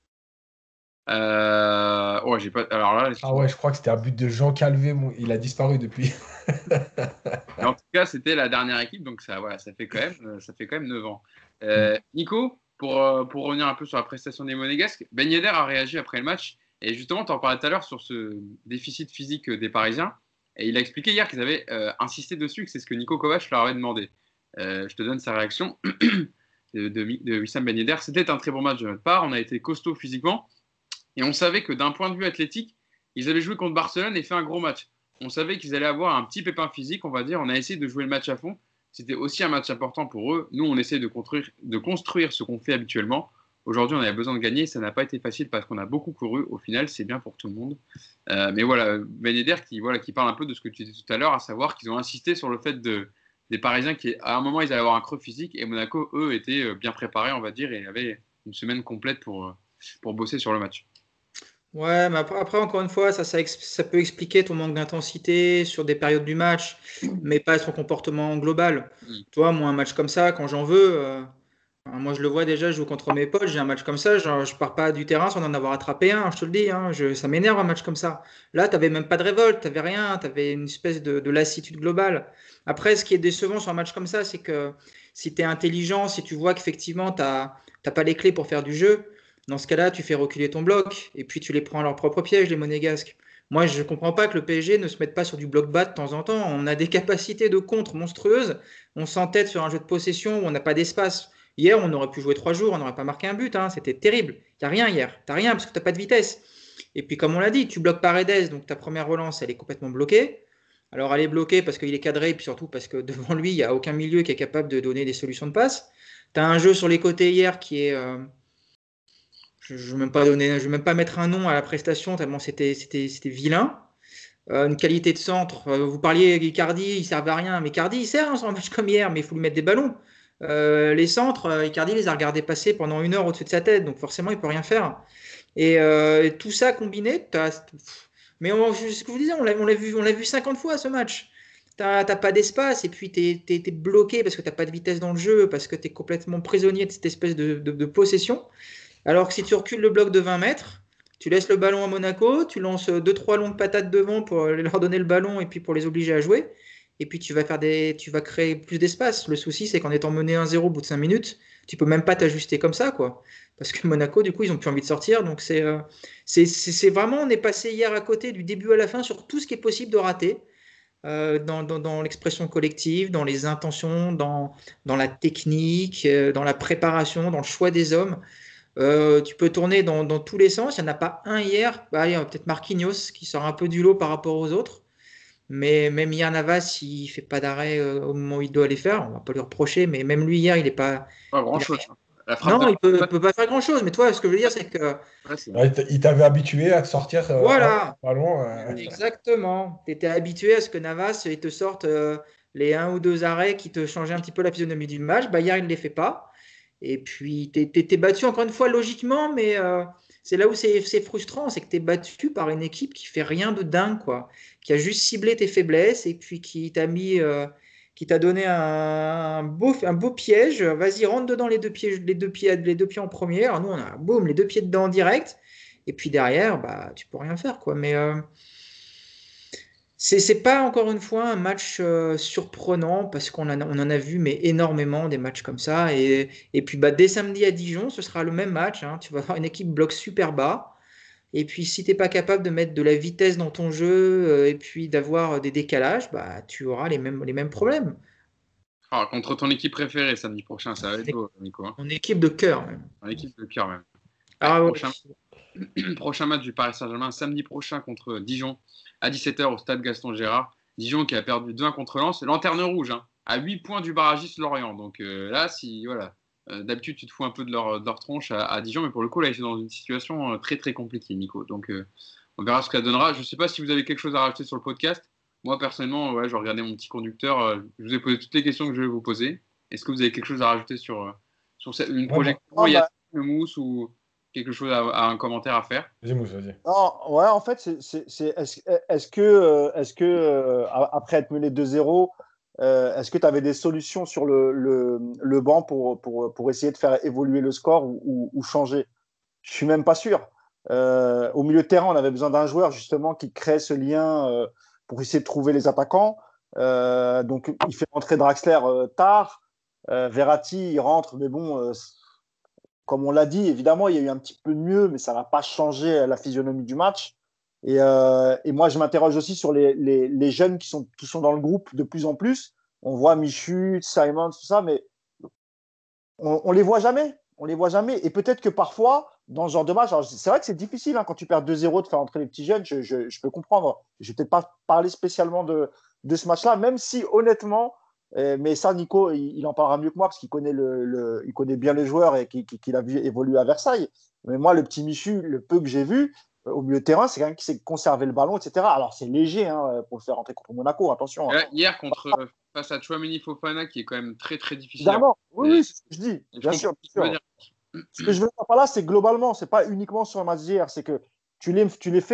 Ouais, j'ai pas. Alors là, ah ouais, je crois que c'était un but de Jean Calvé. Il a disparu depuis. Mais en tout cas, c'était la dernière équipe, donc ça fait quand même 9 ans. Nico, pour revenir un peu sur la prestation des Monégasques, Ben Yedder a réagi après le match. Et justement, tu en parlais tout à l'heure sur ce déficit physique des Parisiens. Et il a expliqué hier qu'ils avaient insisté dessus, que c'est ce que Nico Kovac leur avait demandé. Je te donne sa réaction de Wissam Ben Yedder. C'était un très bon match de notre part. On a été costaud physiquement. Et on savait que d'un point de vue athlétique, ils avaient joué contre Barcelone et fait un gros match. On savait qu'ils allaient avoir un petit pépin physique, on va dire. On a essayé de jouer le match à fond. C'était aussi un match important pour eux. Nous, on essaie de construire ce qu'on fait habituellement. Aujourd'hui, on avait besoin de gagner. Ça n'a pas été facile parce qu'on a beaucoup couru. Au final, c'est bien pour tout le monde. Mais voilà, Ben Yedder qui parle un peu de ce que tu disais tout à l'heure, à savoir qu'ils ont insisté sur le fait des Parisiens qui, à un moment, ils allaient avoir un creux physique. Et Monaco, eux, étaient bien préparés, on va dire, et avaient une semaine complète pour bosser sur le match. Ouais, mais après, encore une fois, ça peut expliquer ton manque d'intensité sur des périodes du match, mais pas son comportement global. Toi, moi, un match comme ça, quand j'en veux, moi je le vois déjà, je joue contre mes potes, j'ai un match comme ça, genre, je pars pas du terrain sans en avoir attrapé un, je te le dis, hein, ça m'énerve un match comme ça. Là, tu n'avais même pas de révolte, tu n'avais rien, tu avais une espèce de lassitude globale. Après, ce qui est décevant sur un match comme ça, c'est que si tu es intelligent, si tu vois qu'effectivement, tu n'as pas les clés pour faire du jeu, dans ce cas-là, tu fais reculer ton bloc et puis tu les prends à leur propre piège, les Monégasques. Moi, je ne comprends pas que le PSG ne se mette pas sur du bloc bas de temps en temps. On a des capacités de contre monstrueuses. On s'entête sur un jeu de possession où on n'a pas d'espace. Hier, on aurait pu jouer 3 jours, on n'aurait pas marqué un but. Hein. C'était terrible. Il n'y a rien hier. Tu n'as rien parce que tu n'as pas de vitesse. Et puis, comme on l'a dit, tu bloques Paredes, donc ta première relance, elle est complètement bloquée. Alors, elle est bloquée parce qu'il est cadré et puis surtout parce que devant lui, il n'y a aucun milieu qui est capable de donner des solutions de passe. Tu as un jeu sur les côtés hier qui est... je ne vais même pas mettre un nom à la prestation tellement c'était vilain. Une qualité de centre. Vous parliez Icardi, il ne servait à rien. Mais Icardi, il sert sur un match comme hier, mais il faut lui mettre des ballons. Les centres, Icardi les a regardés passer pendant 1 heure au-dessus de sa tête, donc forcément, il ne peut rien faire. Et tout ça combiné, mais ce que je vous disais, on l'a vu 50 fois ce match. Tu n'as pas d'espace et puis tu es bloqué parce que tu n'as pas de vitesse dans le jeu, parce que tu es complètement prisonnier de cette espèce de possession. Alors que si tu recules le bloc de 20 mètres, tu laisses le ballon à Monaco, tu lances 2-3 longues patates devant pour leur donner le ballon et puis pour les obliger à jouer. Et puis tu vas créer plus d'espace. Le souci, c'est qu'en étant mené 1-0 au bout de 5 minutes, tu peux même pas t'ajuster comme ça, quoi. Parce que Monaco, du coup, ils ont plus envie de sortir. Donc c'est vraiment, on est passé hier à côté du début à la fin sur tout ce qui est possible de rater. Dans l'expression collective, dans les intentions, dans la technique, dans la préparation, dans le choix des hommes. Tu peux tourner dans tous les sens. Il n'y en a pas un hier. Bah, il y a peut-être Marquinhos qui sort un peu du lot par rapport aux autres. Mais même Yann Navas, il ne fait pas d'arrêt au moment où il doit les faire. On ne va pas lui reprocher. Mais même lui, hier, il n'est pas. Pas grand-chose. Non, il peut pas faire grand-chose. Mais toi, ce que je veux dire, c'est que. Il t'avait habitué à te sortir Voilà. un ballon. Exactement. Tu étais habitué à ce que Navas il te sorte les 1 ou 2 arrêts qui te changeaient un petit peu la physionomie du match. Hier, il ne les fait pas. Et puis, tu es battu encore une fois logiquement, mais c'est là où c'est frustrant, c'est que tu es battu par une équipe qui fait rien de dingue, quoi, qui a juste ciblé tes faiblesses et puis qui t'a donné un beau piège. Vas-y, rentre dedans les deux pieds en premier. Alors nous, on a boum, les 2 pieds dedans en direct. Et puis derrière, bah, tu peux rien faire, quoi. Mais c'est pas encore une fois un match surprenant parce on en a vu mais énormément des matchs comme ça. Et puis bah, dès samedi à Dijon, ce sera le même match, hein. Tu vas avoir une équipe bloc super bas. Et puis si tu n'es pas capable de mettre de la vitesse dans ton jeu et puis d'avoir des décalages, bah, tu auras les mêmes problèmes. Contre ton équipe préférée samedi prochain, ça va être beau, Nico. En équipe de cœur, même. En équipe de cœur, même. Ouais. Prochain match du Paris Saint-Germain, samedi prochain contre Dijon, à 17h au stade Gaston Gérard. Dijon qui a perdu 2-1 contre Lens. Lanterne rouge, hein, à 8 points du barragiste Lorient. Donc là, d'habitude, tu te fous un peu de leur tronche à Dijon, mais pour le coup, là, ils sont dans une situation très, très compliquée, Nico. Donc on verra ce que ça donnera. Je ne sais pas si vous avez quelque chose à rajouter sur le podcast. Moi, personnellement, je regardais mon petit conducteur. Je vous ai posé toutes les questions que je vais vous poser. Est-ce que vous avez quelque chose à rajouter sur une projection il y a une mousse ou quelque chose un commentaire à faire? Vas-y, Mousse, vas-y. Non, ouais, en fait, est-ce que après être mené 2-0, est-ce que tu avais des solutions sur le banc pour essayer de faire évoluer le score ou changer? Je suis même pas sûr. Au milieu de terrain, on avait besoin d'un joueur justement qui crée ce lien pour essayer de trouver les attaquants. Donc, il fait rentrer Draxler tard. Verratti, il rentre, mais bon, comme on l'a dit, évidemment, il y a eu un petit peu mieux, mais ça n'a pas changé la physionomie du match. Et moi, je m'interroge aussi sur les jeunes qui sont dans le groupe de plus en plus. On voit Michu, Simon, tout ça, mais on les voit jamais. On les voit jamais. Et peut-être que parfois, dans ce genre de match, c'est vrai que c'est difficile quand tu perds 2-0 de faire entrer les petits jeunes. Je peux comprendre. Je ne vais peut-être pas parler spécialement de ce match-là, même si honnêtement, mais ça, Nico, il en parlera mieux que moi parce qu'il connaît il connaît bien le joueur et qu'il a vu évoluer à Versailles. Mais moi, le petit Michu, le peu que j'ai vu au milieu de terrain, c'est quelqu'un qui sait conserver le ballon, etc. Alors, c'est léger pour le faire rentrer contre Monaco, attention. Là, hier, face à Tchouaméni Fofana, qui est quand même très, très difficile. Évidemment, oui, c'est ce que je dis. Bien sûr. Ce que je veux dire par là, c'est globalement, c'est pas uniquement sur le match d'hier, c'est que tu les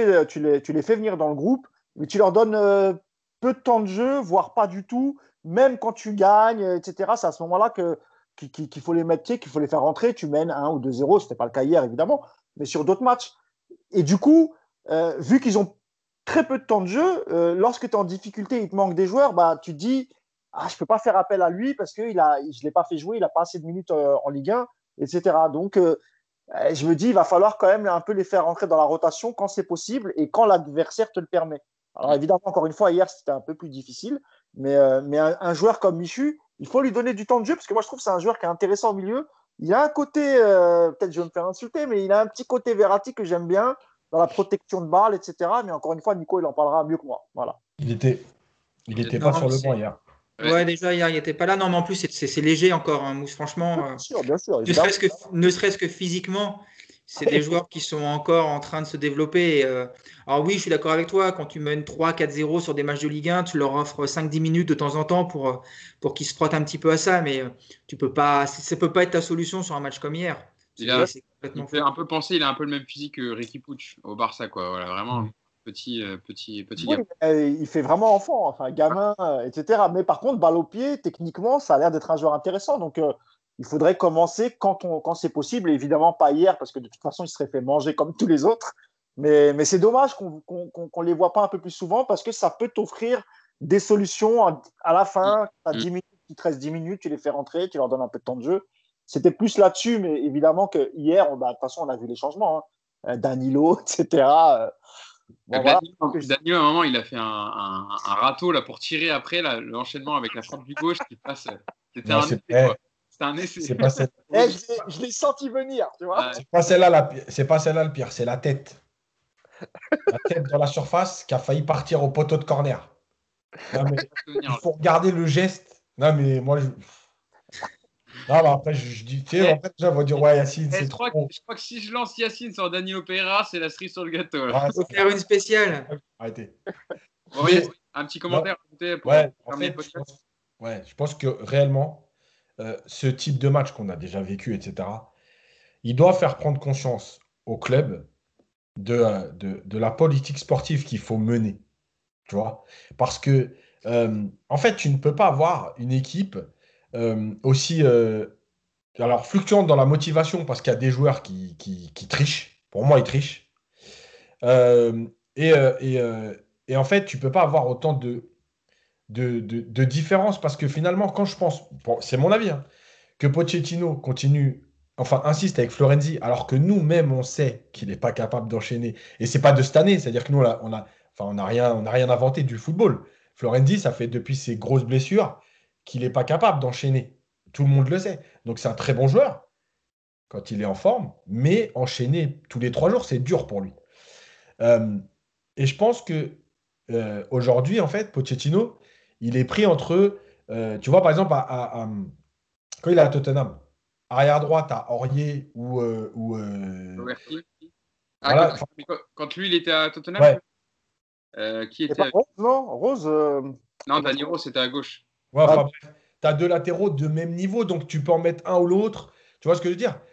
fais venir dans le groupe, mais tu leur donnes peu de temps de jeu, voire pas du tout. Même quand tu gagnes, etc., c'est à ce moment-là qu'il faut les mettre pied, qu'il faut les faire rentrer. Tu mènes 1 ou 2-0, ce n'était pas le cas hier, évidemment, mais sur d'autres matchs. Et du coup, vu qu'ils ont très peu de temps de jeu, lorsque tu es en difficulté, il te manque des joueurs, bah, tu te dis je ne peux pas faire appel à lui parce que je ne l'ai pas fait jouer, il n'a pas assez de minutes en Ligue 1, etc. Donc, je me dis il va falloir quand même un peu les faire rentrer dans la rotation quand c'est possible et quand l'adversaire te le permet. Alors évidemment, encore une fois, hier, c'était un peu plus difficile, mais un joueur comme Michu, il faut lui donner du temps de jeu parce que moi, je trouve que c'est un joueur qui est intéressant au milieu. Il a un côté, peut-être je vais me faire insulter, mais il a un petit côté Verratti que j'aime bien dans la protection de balle, etc. Mais encore une fois, Nico, il en parlera mieux que moi. Voilà. Il était pas sur le banc hier. Ouais, déjà, hier, il n'était pas là. Non, mais en plus, c'est léger encore, hein, Mousse. Franchement, bien sûr, ne serait-ce que physiquement, c'est des joueurs qui sont encore en train de se développer. Alors oui, je suis d'accord avec toi. Quand tu mènes 3-4-0 sur des matchs de Ligue 1, tu leur offres 5-10 minutes de temps en temps pour qu'ils se frottent un petit peu à ça. Mais ça ne peut pas être ta solution sur un match comme hier. Il fait un peu penser, il a un peu le même physique que Riqui Puig au Barça, quoi. Voilà, vraiment petit oui, il fait vraiment enfant, enfin gamin, etc. Mais par contre, balle au pied, techniquement, ça a l'air d'être un joueur intéressant. Donc, il faudrait commencer quand c'est possible. Et évidemment, pas hier, parce que de toute façon, il serait fait manger comme tous les autres. Mais c'est dommage qu'on ne les voit pas un peu plus souvent parce que ça peut t'offrir des solutions à la fin. Tu as 10 minutes, il te reste 10 minutes, tu les fais rentrer, tu leur donnes un peu de temps de jeu. C'était plus là-dessus, mais évidemment que hier, de toute façon, on a vu les changements. Danilo, etc. Bon, voilà. Danilo, à un moment, il a fait un râteau là, pour tirer après l'enchaînement avec la frappe du gauche qui passe. C'était un essai. C'est pas celle... je l'ai senti venir, tu vois. C'est pas celle-là le pire, c'est la tête. La tête dans la surface qui a failli partir au poteau de corner. Non, mais il faut regarder le geste. Non, mais moi, Non, mais après, je dis, tu sais, en fait, déjà, on va dire, ouais, Yacine, c'est trop. Je crois que si je lance Yacine sur Danilo Pereira, c'est la cerise sur le gâteau. Là. Ouais, Faut faire une spéciale. arrêtez. Bon, Mais, Yacine, un petit non, commentaire peut-être, pour ouais, en terminer le fait, podcast. je pense que réellement, ce type de match qu'on a déjà vécu, etc., il doit faire prendre conscience au club de la politique sportive qu'il faut mener. Tu vois? Parce que, en fait, tu ne peux pas avoir une équipe aussi alors, fluctuante dans la motivation parce qu'il y a des joueurs qui trichent. Pour moi, ils trichent. Euh, et, euh, et, euh, et en fait, tu peux pas avoir autant de différence parce que finalement, quand je pense, bon, c'est mon avis, hein, que Pochettino continue, enfin, insiste avec Florenzi, alors que nous-mêmes, on sait qu'il n'est pas capable d'enchaîner. Et c'est pas de cette année, c'est-à-dire que nous, enfin, on n'a rien inventé du football. Florenzi, ça fait depuis ses grosses blessures qu'il n'est pas capable d'enchaîner. Tout le monde le sait. Donc, c'est un très bon joueur quand il est en forme, mais enchaîner tous les 3 jours, c'est dur pour lui. Euh, et je pense que aujourd'hui, en fait, Pochettino, il est pris entre, tu vois, par exemple, quand il est à Tottenham, arrière droite à Aurier Roberti. Ah, voilà, enfin, quand lui, il était à Tottenham, ouais, qui Et était pas Rose, non? Rose. Non, Danilo, c'était à gauche. ouais, Ah, enfin bref, tu as deux latéraux de même niveau, donc tu peux en mettre un ou l'autre. Tu vois ce que je veux dire?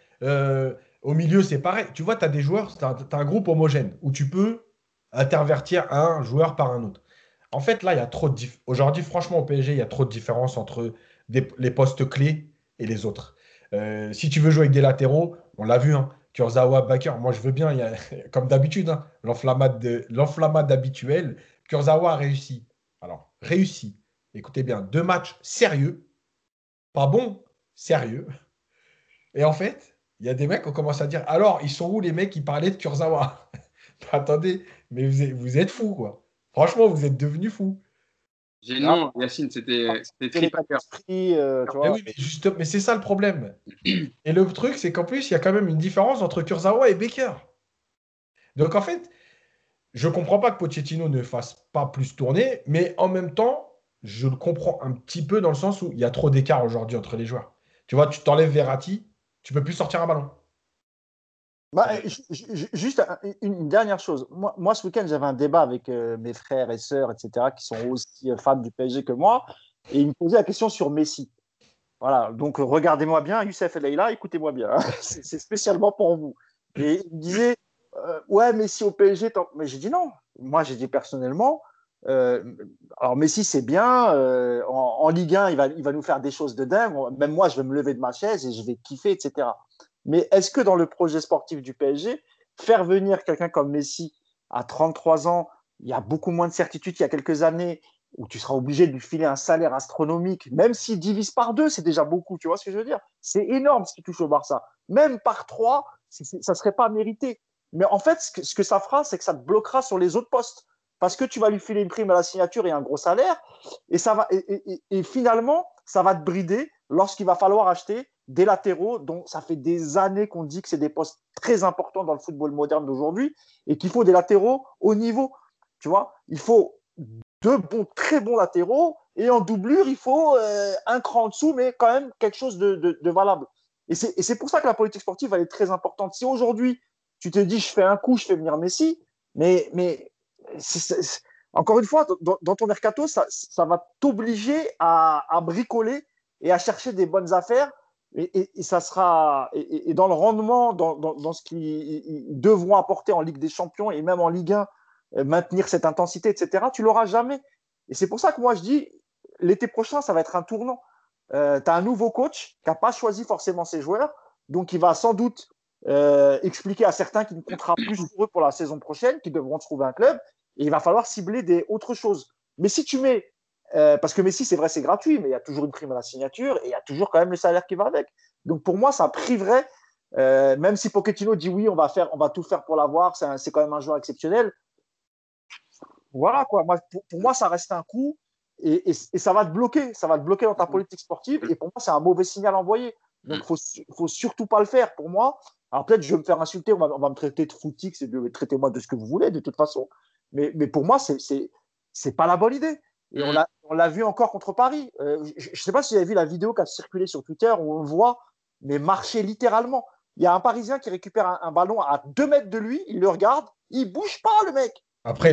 Au milieu, c'est pareil. Tu vois, tu as des joueurs, tu as un groupe homogène où tu peux intervertir un joueur par un autre. En fait, là, il y a trop de aujourd'hui, franchement, au PSG, il y a trop de différence entre les postes clés et les autres. Si tu veux jouer avec des latéraux, on l'a vu, hein, Kurzawa, Bakker, moi je veux bien, comme d'habitude, hein, l'enflammade habituelle. Kurzawa a réussi. Alors, réussi. Écoutez bien, 2 matchs sérieux, pas bon, sérieux. Et en fait, il y a des mecs qui ont commencé à dire, alors, ils sont où les mecs qui parlaient de Kurzawa? Attendez, mais vous êtes fous, quoi. Franchement, vous êtes devenus fous. ah, Non, Yacine, c'était c'est l'état Tripacker. d'esprit, tu Mais vois. oui, mais c'est ça le problème. Et le truc, c'est qu'en plus, il y a quand même une différence entre Kurzawa et Baker. Donc en fait, je ne comprends pas que Pochettino ne fasse pas plus tourner, mais en même temps, je le comprends un petit peu dans le sens où il y a trop d'écart aujourd'hui entre les joueurs. Tu vois, tu t'enlèves Verratti, tu peux plus sortir un ballon. Bah, juste une dernière chose. Moi, ce week-end, j'avais un débat avec mes frères et sœurs, etc., qui sont aussi fans du PSG que moi. Et ils me posaient la question sur Messi. Voilà, donc regardez-moi bien, Youssef et Leïla, écoutez-moi bien. Hein. C'est spécialement pour vous. Et ils me disaient, ouais, Messi au PSG. Mais j'ai dit non. Moi, j'ai dit personnellement, euh, alors Messi, c'est bien. En Ligue 1, il va nous faire des choses de dingue. Même moi, je vais me lever de ma chaise et je vais kiffer, etc. Mais est-ce que dans le projet sportif du PSG, faire venir quelqu'un comme Messi à 33 ans, il y a beaucoup moins de certitude qu'il y a quelques années, où tu seras obligé de lui filer un salaire astronomique, même s'il divise par 2, c'est déjà beaucoup, tu vois ce que je veux dire? C'est énorme ce qui touche au Barça. Même par 3, ça ne serait pas mérité. Mais en fait, ce que ça fera, c'est que ça te bloquera sur les autres postes. Parce que tu vas lui filer une prime à la signature et un gros salaire, et finalement, ça va te brider lorsqu'il va falloir acheter des latéraux dont ça fait des années qu'on dit que c'est des postes très importants dans le football moderne d'aujourd'hui et qu'il faut des latéraux au niveau. Tu vois, il faut très bons latéraux et en doublure, il faut un cran en dessous, mais quand même quelque chose de valable. Et c'est pour ça que la politique sportive, elle est très importante. Si aujourd'hui, tu te dis, je fais un coup, je fais venir Messi, mais encore une fois, dans ton mercato, ça va t'obliger à bricoler et à chercher des bonnes affaires. Et ça sera et dans le rendement, dans ce qu'ils devront apporter en Ligue des Champions et même en Ligue 1, maintenir cette intensité, etc., tu l'auras jamais. Et c'est pour ça que moi je dis, l'été prochain, ça va être un tournant. Tu as un nouveau coach qui n'a pas choisi forcément ses joueurs, donc il va sans doute expliquer à certains qu'il ne comptera plus sur eux pour la saison prochaine, qu'ils devront trouver un club, et il va falloir cibler autres choses. Mais si tu mets parce que Messi, c'est vrai, c'est gratuit, mais il y a toujours une prime à la signature et il y a toujours quand même le salaire qui va avec. Donc pour moi, ça priverait, même si Pochettino dit oui, on va tout faire pour l'avoir, c'est quand même un joueur exceptionnel. Voilà quoi. Pour moi, ça reste un coup et ça va te bloquer. Ça va te bloquer dans ta politique sportive. Et pour moi, c'est un mauvais signal envoyé. Donc faut surtout pas le faire pour moi. Alors peut-être je vais me faire insulter, on va me traiter de footix et traitez-moi de ce que vous voulez de toute façon. Mais pour moi, c'est pas la bonne idée. Et on l'a vu encore contre Paris. Je ne sais pas si vous avez vu la vidéo qui a circulé sur Twitter où on le voit, mais marcher littéralement. Il y a un Parisien qui récupère un ballon à 2 mètres de lui, il le regarde, il bouge pas, le mec. Après,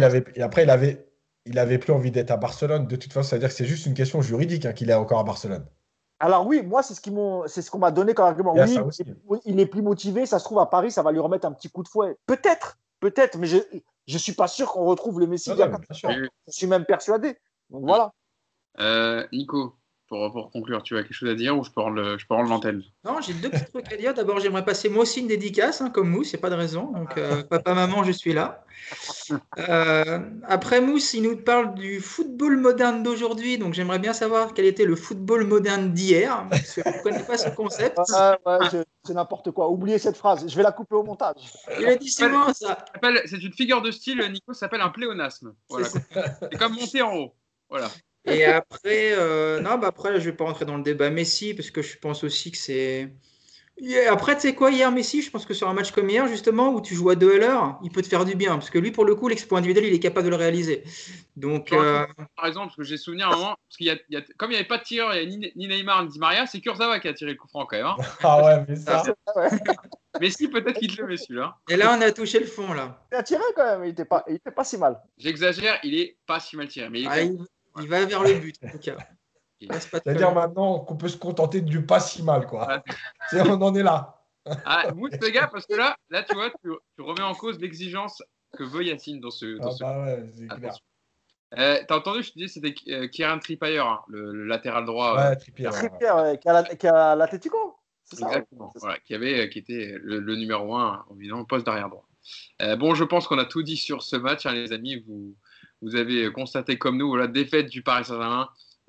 il avait plus envie d'être à Barcelone. De toute façon, ça veut dire que c'est juste une question juridique qu'il est encore à Barcelone. Alors oui, moi, c'est ce qu'on m'a donné comme argument. Il y a Oui, ça aussi. il est plus motivé, ça se trouve à Paris, ça va lui remettre un petit coup de fouet. Peut-être, mais je ne suis pas sûr qu'on retrouve le Messi. Non, non, mais bien sûr. Je suis même persuadé. Donc voilà. Nico, pour conclure, tu as quelque chose à dire ou je peux rendre l'antenne? Non, j'ai 2 petits trucs à dire. D'abord, j'aimerais passer moi aussi une dédicace, comme Mousse, il n'y a pas de raison. Donc, papa, maman, je suis là. Après, Mousse, il nous parle du football moderne d'aujourd'hui. Donc, j'aimerais bien savoir quel était le football moderne d'hier. Parce que je ne connais pas ce concept. C'est n'importe quoi. Oubliez cette phrase. Je vais la couper au montage. Il a dit souvent ça. C'est une figure de style, Nico, ça s'appelle un pléonasme. Voilà. C'est comme monter en haut. Voilà. Et après, après, je ne vais pas rentrer dans le débat Messi, parce que je pense aussi que c'est. Et après, tu sais quoi, hier, Messi, je pense que sur un match comme hier, justement, où tu joues à 2 à l'heure, il peut te faire du bien, parce que lui, pour le coup, l'exploit individuel, il est capable de le réaliser. Donc, par exemple, parce que j'ai souvenir à un moment, parce comme il n'y avait pas de tireur, il n'y a ni Neymar ni Di Maria, c'est Kurzawa qui a tiré le coup franc quand même. Hein. Ah ouais, mais ça. Messi, peut-être qu'il te le met celui-là. Et là, on a touché le fond, là. Il a tiré quand même, il était pas si mal. J'exagère, il est pas si mal tiré. Mais il va vers le but, en tout cas. C'est-à-dire maintenant qu'on peut se contenter du pas si mal, quoi. On en est là. Mousse, les gars, parce que là tu vois, tu remets en cause l'exigence que veut Yacine dans ce. Bah ouais, c'est clair. T'as entendu, je te disais, c'était Kieran Trippier, hein, le latéral droit. Ouais, Trippier. Qui a l'Atlético. Exactement. Voilà, qui était le numéro 1, évidemment, poste d'arrière droit. Bon, je pense qu'on a tout dit sur ce match, hein, les amis. Vous avez constaté comme nous la défaite du Paris Saint-Germain.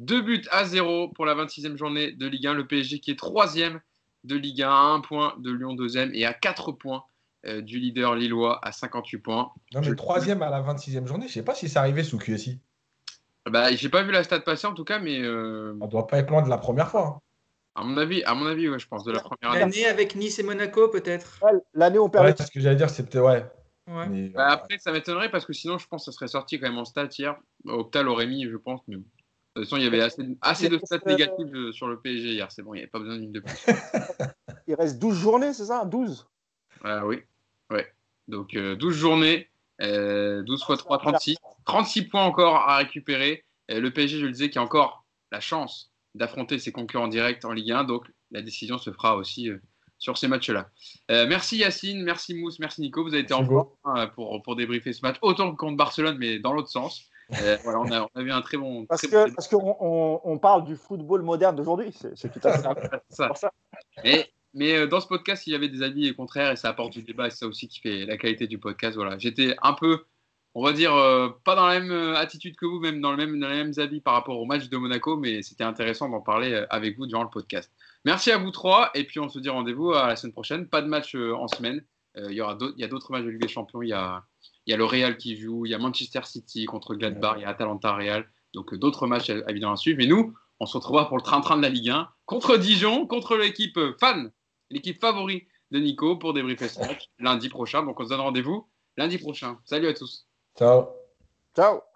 2-0 pour la 26e journée de Ligue 1. Le PSG qui est 3e de Ligue 1 à 1 point de Lyon 2e et à 4 points du leader lillois à 58 points. Non, mais 3e à la 26e journée, je ne sais pas si c'est arrivé sous QSI. J'ai pas vu la stat passer en tout cas, mais. On doit pas être loin de la première fois. Hein. À mon avis, ouais, je pense, de la première année. L'année avec Nice et Monaco, peut-être. Ouais, l'année où on perd. Ouais, c'est ce que j'allais dire, c'est peut-être. Ouais. Mais, après, ça m'étonnerait parce que sinon, je pense que ça serait sorti quand même en stat hier. Opta l'aurait mis, je pense, mais bon. De toute façon, il y avait assez de stats négatives sur le PSG hier. C'est bon, il n'y avait pas besoin d'une de plus. Il reste 12 journées, c'est ça 12 Oui. Ouais. Donc, 12 journées, 12 x 3, 36. 36 points encore à récupérer. Le PSG, je le disais, qui a encore la chance d'affronter ses concurrents directs en Ligue 1. Donc, la décision se fera aussi sur ces matchs-là. Merci Yacine, merci Mousse, merci Nico. Vous avez été en forme pour débriefer ce match, autant que contre Barcelone, mais dans l'autre sens. Voilà, on a eu un très bon. Parce qu'on parle du football moderne d'aujourd'hui, c'est tout à fait ça. Mais dans ce podcast, il y avait des avis contraires et ça apporte du débat et c'est ça aussi qui fait la qualité du podcast. Voilà, j'étais un peu, on va dire, pas dans la même attitude que vous, même dans les mêmes avis par rapport au match de Monaco, mais c'était intéressant d'en parler avec vous durant le podcast. Merci à vous trois et puis on se dit rendez-vous à la semaine prochaine. Pas de match en semaine. Il y a d'autres matchs de Ligue des Champions. Il y a le Real qui joue, il y a Manchester City contre Gladbach, il y a Atalanta Real. Donc d'autres matchs évidemment à suivre. Et nous, on se retrouvera pour le train-train de la Ligue 1 contre Dijon, contre l'équipe l'équipe favori de Nico pour débriefer ce match lundi prochain. Donc on se donne rendez-vous lundi prochain. Salut à tous. Ciao. Ciao.